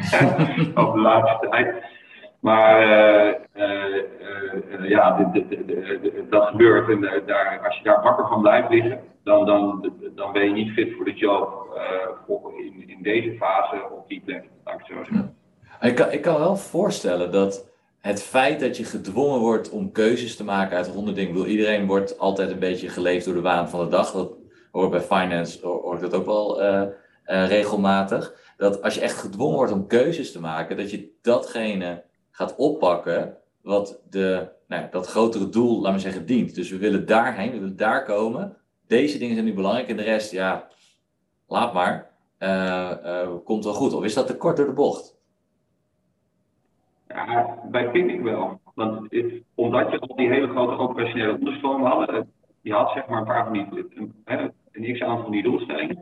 over de laatste tijd. Maar uh, uh, uh, ja, dit, dit, dit, dit, dat gebeurt en uh, daar, als je daar wakker van blijft liggen, dan, dan, dan ben je niet fit voor de job uh, voor in, in deze fase op die plek, laat ik het zo zeggen. Ik kan, ik kan wel voorstellen dat het feit dat je gedwongen wordt om keuzes te maken uit honderd dingen. Ik bedoel, iedereen wordt altijd een beetje geleefd door de waan van de dag. Dat hoort bij finance, hoort dat ook wel uh, uh, regelmatig. dat als je echt gedwongen wordt om keuzes te maken, dat je datgene gaat oppakken wat de, nou ja, dat grotere doel, laten we zeggen, dient. Dus we willen daarheen, we willen daar komen. Deze dingen zijn nu belangrijk en de rest, ja, laat maar. Uh, uh, komt wel goed. Of is dat te kort door de bocht? Ja, bij Picnic wel. Want het, omdat je al die hele grote operationele onderstroom had, je had zeg maar een paar van die, een, een x-aantal van die doelstellingen.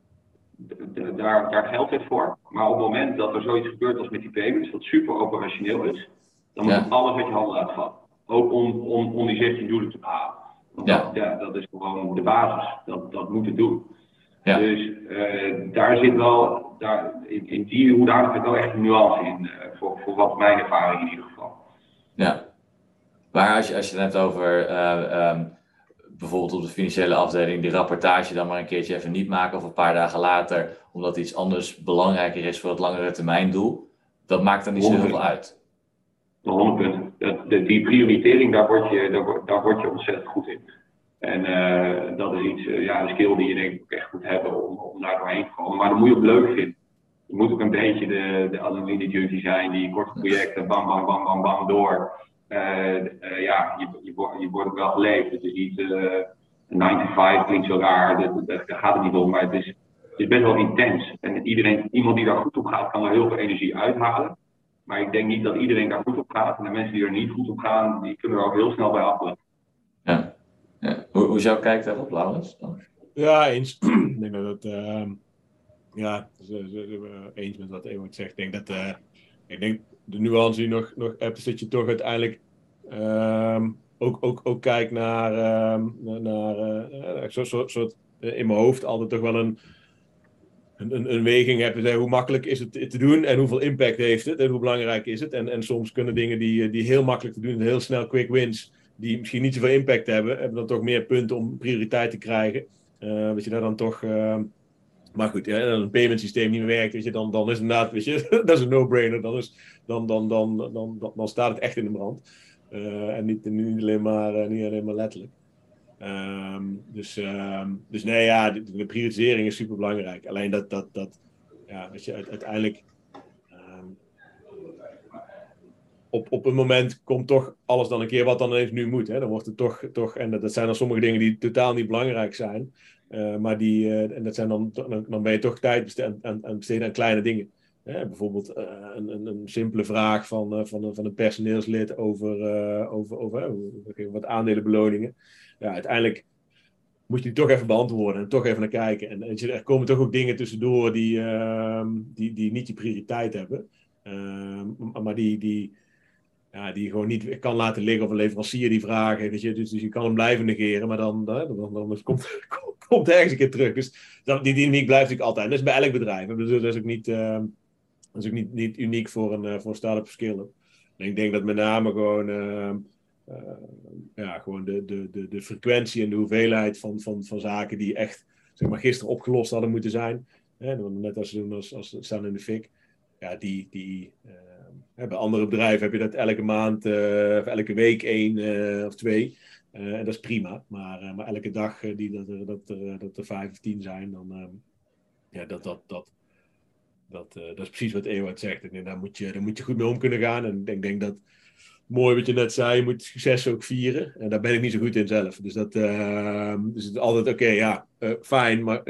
De, de, daar, daar geldt het voor. Maar op het moment dat er zoiets gebeurt als met die payments, wat super operationeel is, dan moet je ja. alles met je handen laten vallen. Ook om, om, om die zestien doelen te behalen. Want ja. Dat, ja, dat is gewoon de basis. Dat, dat moet het doen. Ja. Dus uh, daar zit wel, daar, in, in die hoedanigheid wel echt een nuance in, uh, voor, voor wat mijn ervaring in ieder geval. Ja, maar als je, als je het hebt over uh, um, bijvoorbeeld op de financiële afdeling die rapportage dan maar een keertje even niet maken of een paar dagen later, omdat iets anders belangrijker is voor het langere termijn doel, dat maakt dan niet zo heel veel uit. honderd punten. De, die prioritering, daar word, je, daar, daar word je ontzettend goed in. En uh, dat is iets, uh, ja, een skill die je denk ik ook echt moet hebben om, om daar doorheen te komen. Maar dan moet je ook leuk vinden. Je moet ook een beetje de, de adrenaline junkie zijn, die korte projecten, bam, bam, bam, bam, bam, door. Uh, uh, ja, je, je, wordt, je wordt ook wel geleefd. Het is niet uh, nine to five, klinkt zo raar, dat, dat, daar gaat het niet om. Maar het is, het is best wel intens. En iedereen, iemand die daar goed op gaat, kan er heel veel energie uithalen. Maar ik denk niet dat iedereen daar goed op gaat. En de mensen die er niet goed op gaan, die kunnen er ook heel snel bij afblijven. Ja. Ja. Hoe, hoe zou je kijken daarop, Laurens? Ja, eens. Ik denk dat het... Uh, ja, eens met wat Ewout zegt. Ik denk dat... Uh, ik denk de nuance die nog, nog hebt, is dat je toch uiteindelijk... Uh, ook, ook, ook kijkt naar... Uh, naar uh, soort, soort, soort, uh, in mijn hoofd altijd toch wel een... Een, een, een weging hebt. Dus, hoe makkelijk is het te doen en hoeveel impact heeft het en hoe belangrijk is het. En, en soms kunnen dingen die, die heel makkelijk te doen, heel snel quick wins, die misschien niet zoveel impact hebben, hebben dan toch meer punten om prioriteit te krijgen. Uh, dat je daar dan toch... Uh, maar goed, ja, als een payment systeem niet meer werkt, weet je, dan, dan is het inderdaad, weet je, dat is een no-brainer. Dan, is, dan, dan, dan, dan, dan, dan staat het echt in de brand. Uh, en niet, niet, alleen maar, uh, niet alleen maar letterlijk. Um, dus, um, dus nee, ja, de, de prioritisering is super belangrijk. Alleen dat, dat, dat ja, weet je, uiteindelijk um, op, op een moment komt toch alles dan een keer wat dan even nu moet. Hè? Dan wordt het toch, toch en dat, dat zijn dan sommige dingen die totaal niet belangrijk zijn. Uh, maar die, uh, en dat zijn dan, dan, dan ben je toch tijd besteden aan, aan, besteden aan kleine dingen. Hè? Bijvoorbeeld uh, een, een, een simpele vraag van, uh, van, van een personeelslid over, uh, over, over uh, wat aandelenbeloningen. Ja, uiteindelijk moet je die toch even beantwoorden en toch even naar kijken. En, en er komen toch ook dingen tussendoor die, uh, die, die niet die prioriteit hebben. Uh, maar die, die, ja, die je gewoon niet kan laten liggen. Of een leverancier die vragen. Weet je? Dus, dus je kan hem blijven negeren. Maar dan, dan, dan, dan komt, komt hij ergens een keer terug. Dus dat, die dynamiek blijft natuurlijk altijd. Dat is bij elk bedrijf. Dus dat is ook niet, uh, dat is ook niet, niet uniek voor een, uh, voor een start-up scale-up. En ik denk dat met name gewoon... Uh, Uh, ja, gewoon de, de, de, de frequentie en de hoeveelheid van, van, van zaken die echt, zeg maar, gisteren opgelost hadden moeten zijn. Hè, net als ze doen als, als staan in de fik. Ja, die, die uh, bij andere bedrijven heb je dat elke maand, uh, of elke week één uh, of twee. Uh, en dat is prima. Maar, uh, maar elke dag uh, die dat, er, dat, er, dat er vijf of tien zijn, dan uh, ja, dat, dat, dat, dat, uh, dat is precies wat Ewout zegt. En daar moet je, daar moet je goed mee om kunnen gaan. En ik denk dat mooi wat je net zei, je moet succes ook vieren. En daar ben ik niet zo goed in zelf. Dus dat uh, dus het is altijd, oké, okay, ja, uh, fijn. Maar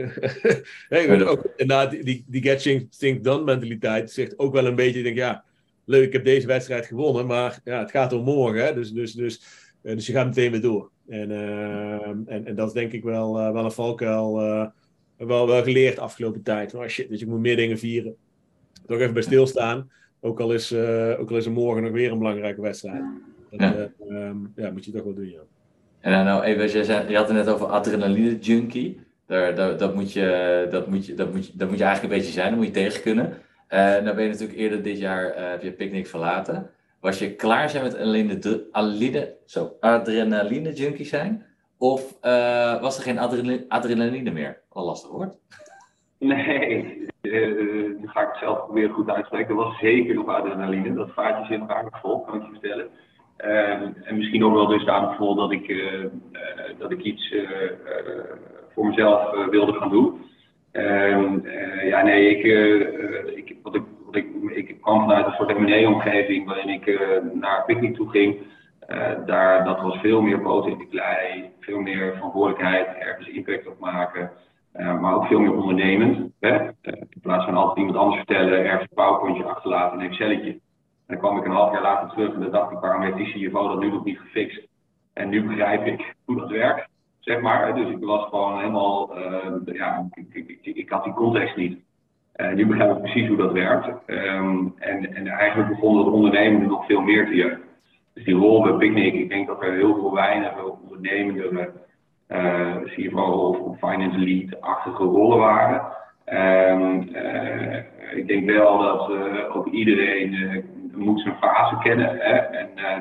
hey, ook, inderdaad, die, die get things done mentaliteit zegt ook wel een beetje, ik denk, ja, leuk, ik heb deze wedstrijd gewonnen. Maar ja, het gaat om morgen. Hè? Dus, dus, dus, uh, dus je gaat meteen weer door. En, uh, en, en dat is denk ik wel, uh, wel een valkuil. Uh, wel, wel geleerd de afgelopen tijd. Oh shit, dus je moet meer dingen vieren. Toch even bij stilstaan. Ook al, is, uh, ook al is er morgen nog weer een belangrijke wedstrijd. Dat ja. Uh, um, ja, moet je toch wel doen, ja. En dan nou even, je, zei, je had het net over adrenaline junkie. Daar, daar, dat, moet je, dat, moet je, dat, moet je, dat moet je eigenlijk een beetje zijn, dat moet je tegen kunnen. Uh, nou ben je natuurlijk eerder dit jaar, uh, heb je Picnic verlaten. Was je klaar zijn met alleen aline, zo, adrenaline junkie zijn? Of uh, was er geen adrenaline, adrenaline meer? Al lastig woord. Nee, uh, nu ga ik het zelf proberen goed uitspreken. Er was zeker nog adrenaline. Dat vaartje zit nog aardig vol, kan ik je vertellen. Uh, en misschien ook wel dusdanig vol dat ik, uh, uh, dat ik iets uh, uh, voor mezelf uh, wilde gaan doen. Um, uh, ja, nee, ik, uh, ik, wat ik, wat ik, ik kwam vanuit een soort M en A-omgeving waarin ik uh, naar Picnic toe ging. Uh, daar, dat was veel meer poten in de klei, veel meer verantwoordelijkheid, ergens impact op maken. Uh, maar ook veel meer ondernemend. Hè? Uh, in plaats van altijd iemand anders vertellen, ergens een PowerPointje achterlaten en een Excelletje. En dan kwam ik een half jaar later terug en dan dacht ik, waarom heeft die C F O dat nu nog niet gefixt? En nu begrijp ik hoe dat werkt, zeg maar. Dus ik was gewoon helemaal, uh, ja, ik, ik, ik, ik had die context niet. Uh, nu begrijp ik precies hoe dat werkt. Um, en, en eigenlijk begon het ondernemen nog veel meer te jeuken. Dus die rol bij Picnic, ik denk dat er heel veel weinig ondernemende uh, C F O of finance lead-achtige rollen waren. Um, uh, ik denk wel dat uh, ook iedereen uh, moet zijn fase kennen. Hè? En uh,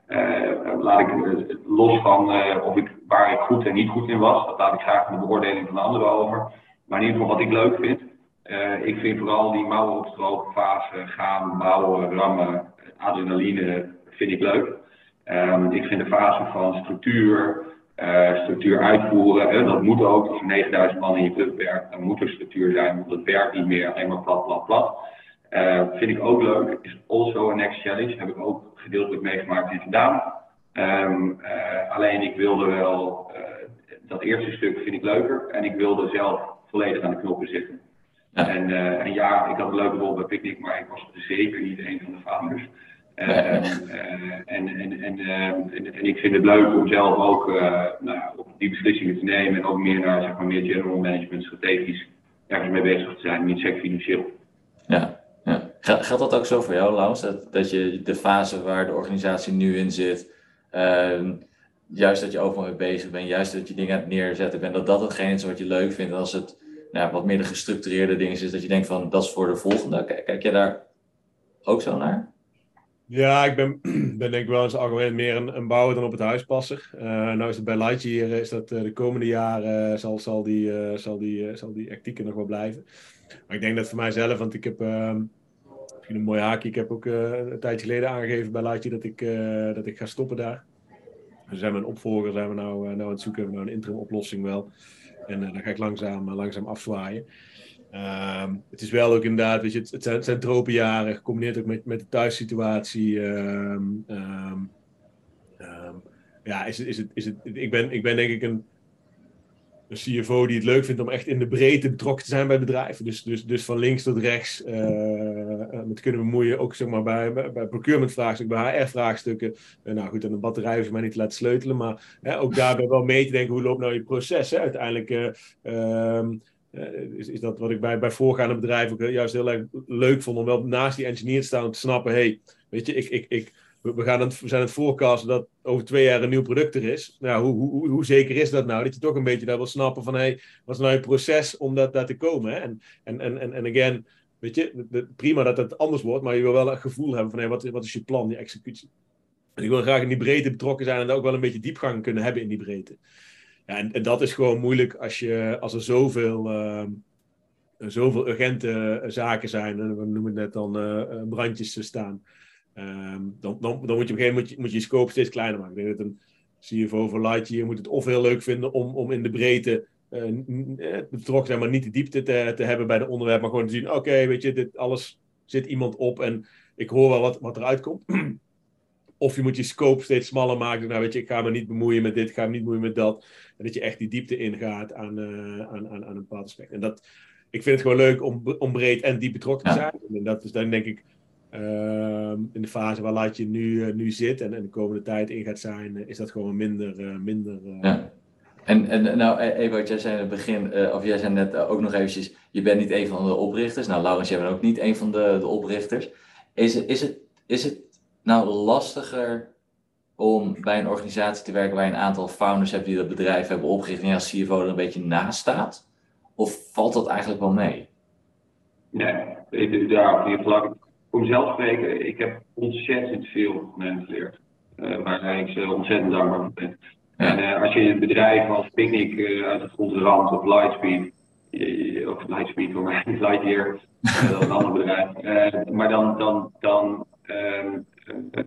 uh, laat ik uh, los van uh, of ik, waar ik goed en niet goed in was, dat laat ik graag aan de beoordeling van anderen over. Maar in ieder geval wat ik leuk vind. Uh, ik vind vooral die mouwen opstropen fase, gaan, bouwen, rammen, adrenaline vind ik leuk. Um, ik vind de fase van structuur, uh, structuur uitvoeren, uh, dat moet ook. Als er negenduizend man in je club werkt, dan moet er structuur zijn, want het werkt niet meer alleen maar plat, plat, plat. Uh, vind ik ook leuk. Is also a next challenge, heb ik ook gedeeltelijk meegemaakt en gedaan. Um, uh, alleen ik wilde wel, uh, dat eerste stuk vind ik leuker en ik wilde zelf volledig aan de knoppen zitten. Ja. En, uh, en ja, ik had een leuke rol bij Picnic, maar ik was zeker niet een van de founders. Uh, uh, en, en, en, uh, en, en ik vind het leuk om zelf ook uh, nou, die beslissingen te nemen en ook meer naar zeg maar, meer general management, strategisch ergens mee bezig te zijn, niet zeker financieel. Ja, ja. Geldt dat ook zo voor jou, Laurens? Dat, dat je de fase waar de organisatie nu in zit, uh, juist dat je overal mee bezig bent, juist dat je dingen aan het neerzetten bent, dat dat hetgeen is wat je leuk vindt. En als het nou, wat meer de gestructureerde dingen is, dat je denkt van dat is voor de volgende. Kijk, kijk je daar ook zo naar? Ja, ik ben, ben denk ik wel in het algemeen meer een, een bouwer dan op het huispasser. Uh, nou is het bij Lightyear, is dat uh, de komende jaren uh, zal, zal die, uh, zal die, uh, zal die actieke nog wel blijven. Maar ik denk dat voor mijzelf, want ik heb uh, misschien een mooi haakje, ik heb ook uh, een tijdje geleden aangegeven bij Lightyear dat ik, uh, dat ik ga stoppen daar. Dus zijn we een opvolger, zijn we nou, uh, nou aan het zoeken, hebben we nou een interim oplossing wel. En uh, dan ga ik langzaam, uh, langzaam afzwaaien. Um, het is wel ook inderdaad, weet je, het, het, zijn, het zijn tropenjaren, gecombineerd ook met, met de thuissituatie. Um, um, um, ja, is het, is het, is het, ik, ben, ik ben denk ik een, een C F O die het leuk vindt om echt in de breedte betrokken te zijn bij bedrijven. Dus, dus, dus van links tot rechts uh, uh, met kunnen bemoeien, ook zeg maar bij, bij, bij procurement vraagstukken, bij H R-vraagstukken. Uh, nou goed, aan de batterij hoef je mij niet te laten sleutelen, maar uh, ook daarbij wel mee te denken, hoe loopt nou je proces? Hè? Uiteindelijk... Uh, um, Uh, is, is dat wat ik bij, bij voorgaande bedrijven ook juist heel erg leuk vond om wel naast die engineer te staan om te snappen, hey, weet je, ik, ik, ik, we, gaan het, we zijn het forecasten dat over twee jaar een nieuw product er is. Nou, hoe, hoe, hoe zeker is dat nou? Dat je toch een beetje daar wil snappen van, hey, wat is nou je proces om dat, daar te komen? Hè? En, en, en, en, en again, weet je, de, de, prima dat het anders wordt, maar je wil wel een gevoel hebben van, hey, wat, wat is je plan, die executie? En ik wil graag in die breedte betrokken zijn en ook wel een beetje diepgang kunnen hebben in die breedte. Ja, en, en dat is gewoon moeilijk als, je, als er zoveel, uh, zoveel urgente zaken zijn. En we noemen het net dan uh, brandjes staan. Um, dan, dan, dan moet je op een gegeven moment moet je, moet je, je scope steeds kleiner maken. Ik denk dat een C F O voor Lightyear moet het of heel leuk vinden om, om in de breedte uh, betrokken zijn, maar niet de diepte te, te hebben bij de onderwerp. Maar gewoon te zien, oké, okay, weet je, dit alles zit iemand op en ik hoor wel wat, wat eruit komt. Of je moet je scope steeds smaller maken. Nou weet je, ik ga me niet bemoeien met dit, ik ga me niet bemoeien met dat. En dat je echt die diepte ingaat aan, uh, aan, aan, aan een bepaald aspect. En dat, ik vind het gewoon leuk om, om breed en diep betrokken te zijn. Ja. En dat is dan denk ik uh, in de fase waar Lightyear nu, uh, nu zit en, en de komende tijd in gaat zijn, uh, is dat gewoon minder... Uh, minder uh, ja. En, en nou, Ewout, jij zei in het begin, uh, of jij zei net uh, ook nog eventjes, je bent niet een van de oprichters. Nou, Laurens, jij bent ook niet een van de, de oprichters. Is, is, het, is het nou lastiger om bij een organisatie te werken waar je een aantal founders hebt die dat bedrijf hebben opgericht en je als C F O er een beetje naast staat? Of valt dat eigenlijk wel mee? Nee, ja, op vlak. Voor mezelf spreken, ik heb ontzettend veel van hen geleerd. Uh, waar ik ze ontzettend dankbaar voor ben. Ja. En uh, als je een bedrijf als Picnic uh, uit de grond ramt of Lightspeed, uh, of Lightspeed voor mij, Lightyear, uh, dat is een ander bedrijf. Uh, maar dan, dan, dan, uh, uh,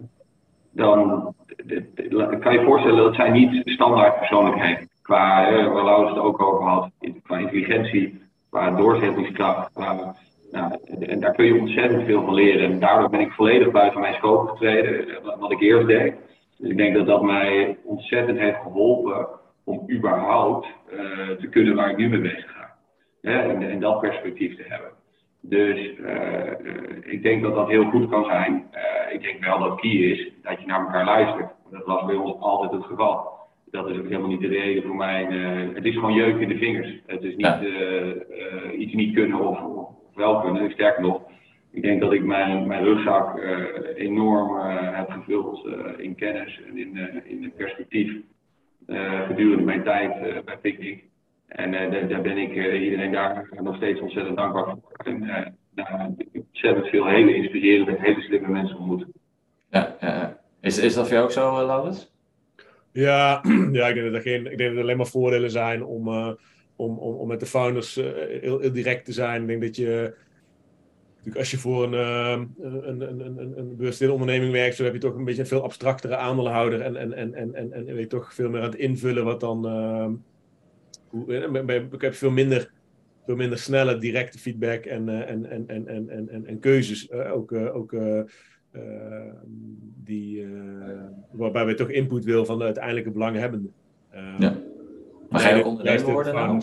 dan kan je je voorstellen dat zij niet standaard persoonlijkheden, qua, uh, waar Laurens het ook over had, qua intelligentie, qua doorzettingskracht. Qua, nou, en daar kun je ontzettend veel van leren. En daardoor ben ik volledig buiten mijn scope getreden, wat ik eerst deed. Dus ik denk dat dat mij ontzettend heeft geholpen om überhaupt uh, te kunnen waar ik nu mee bezig ga. Ja, en, en dat perspectief te hebben. Dus uh, uh, ik denk dat dat heel goed kan zijn. Uh, ik denk wel dat key is dat je naar elkaar luistert. Dat was bij ons altijd het geval. Dat is ook helemaal niet de reden voor mij. Uh, het is gewoon jeuk in de vingers. Het is niet ja. uh, uh, iets niet kunnen of, of wel kunnen. Sterker nog, ik denk dat ik mijn, mijn rugzak uh, enorm uh, heb gevuld uh, in kennis en in, uh, in perspectief uh, gedurende mijn tijd uh, bij Picnic. En uh, daar, daar ben ik uh, iedereen daar nog steeds ontzettend dankbaar voor. En uh, nou, ontzettend veel hele inspirerende, hele slimme mensen ontmoeten. Ja, ja. Is, is dat voor jou ook zo, uh, Laurens? Ja, ja ik, denk dat er geen, ik denk dat er alleen maar voordelen zijn om, uh, om, om, om met de founders uh, heel, heel direct te zijn. Ik denk dat je, als je voor een, uh, een, een, een, een beursgenoteerde onderneming werkt, zo heb je toch een beetje een veel abstractere aandeelhouder en, en, en, en, en, en weet je toch veel meer aan het invullen wat dan... Uh, Ik heb veel minder, veel minder snelle directe feedback en, uh, en, en, en, en, en, en keuzes. Uh, ook uh, ook uh, uh, die, uh, waarbij we toch input wil van de uiteindelijke belanghebbenden. Uh, ja. Maar ga je ook ondernemer worden nou?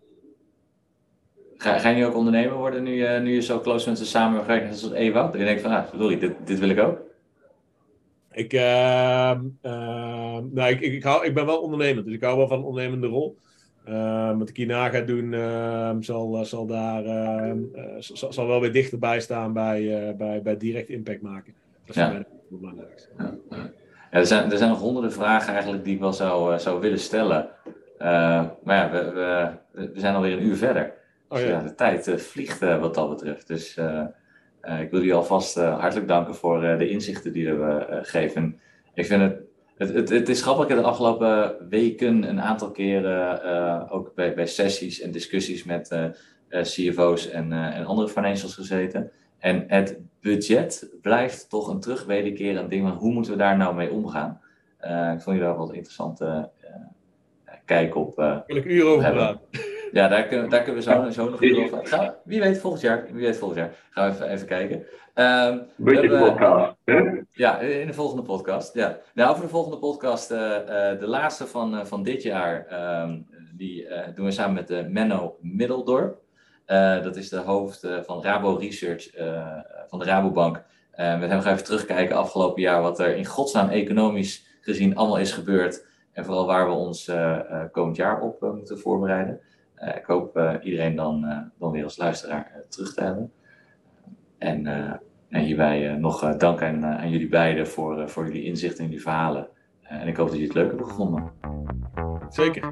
Ga, ga je nu ook ondernemer worden nu, uh, nu je zo close met ze samenwerkt als het Ewout? En je denkt van, ah, sorry, dit, dit wil ik ook? Ik, uh, uh, nou, ik, ik, ik, hou, ik ben wel ondernemer, dus ik hou wel van een ondernemende rol. Uh, wat ik hierna ga doen, uh, zal, zal daar uh, uh, zal, zal wel weer dichterbij staan bij, uh, bij, bij direct impact maken. Dat is ja. voor mij het belangrijkste. Ja. Ja, er, zijn, er zijn nog honderden vragen eigenlijk die ik wel zou, uh, zou willen stellen. Uh, maar ja, we, we, we zijn alweer een uur verder. Dus oh, ja. Ja, de tijd uh, vliegt uh, wat dat betreft. Dus uh, uh, ik wil jullie alvast uh, hartelijk danken voor uh, de inzichten die we uh, geven. Ik vind het Het, het, het is grappig, ik heb de afgelopen weken een aantal keren uh, ook bij, bij sessies en discussies met uh, uh, C F O's en, uh, en andere financials gezeten. En het budget blijft toch een terugwederkerend ding van hoe moeten we daar nou mee omgaan. Uh, ik vond je daar wel een interessante uh, kijk op. Uh, Wil ik uren over praten? Ja, daar kunnen, daar kunnen we zo, zo nog uren over praten. Wie weet volgend jaar. Wie weet volgend jaar. Gaan we even, even kijken. Um, Beetje de podcast, hè? Ja, in de volgende podcast. Ja. Nou, over de volgende podcast, uh, uh, de laatste van, uh, van dit jaar, um, die uh, doen we samen met uh, Menno Middeldorp. Uh, dat is de hoofd uh, van Rabo Research uh, van de Rabobank. Uh, met hem gaan we even terugkijken afgelopen jaar wat er in godsnaam economisch gezien allemaal is gebeurd. En vooral waar we ons uh, uh, komend jaar op uh, moeten voorbereiden. Uh, ik hoop uh, iedereen dan, uh, dan weer als luisteraar uh, terug te hebben. En, uh, en hierbij uh, nog uh, dank aan, uh, aan jullie beiden voor, uh, voor jullie inzichten en jullie verhalen. Uh, en ik hoop dat jullie het leuk hebben gevonden. Zeker.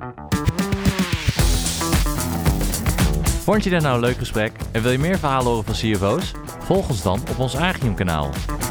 Vond je dit nou een leuk gesprek en wil je meer verhalen horen van C F O's? Volg ons dan op ons Agium kanaal.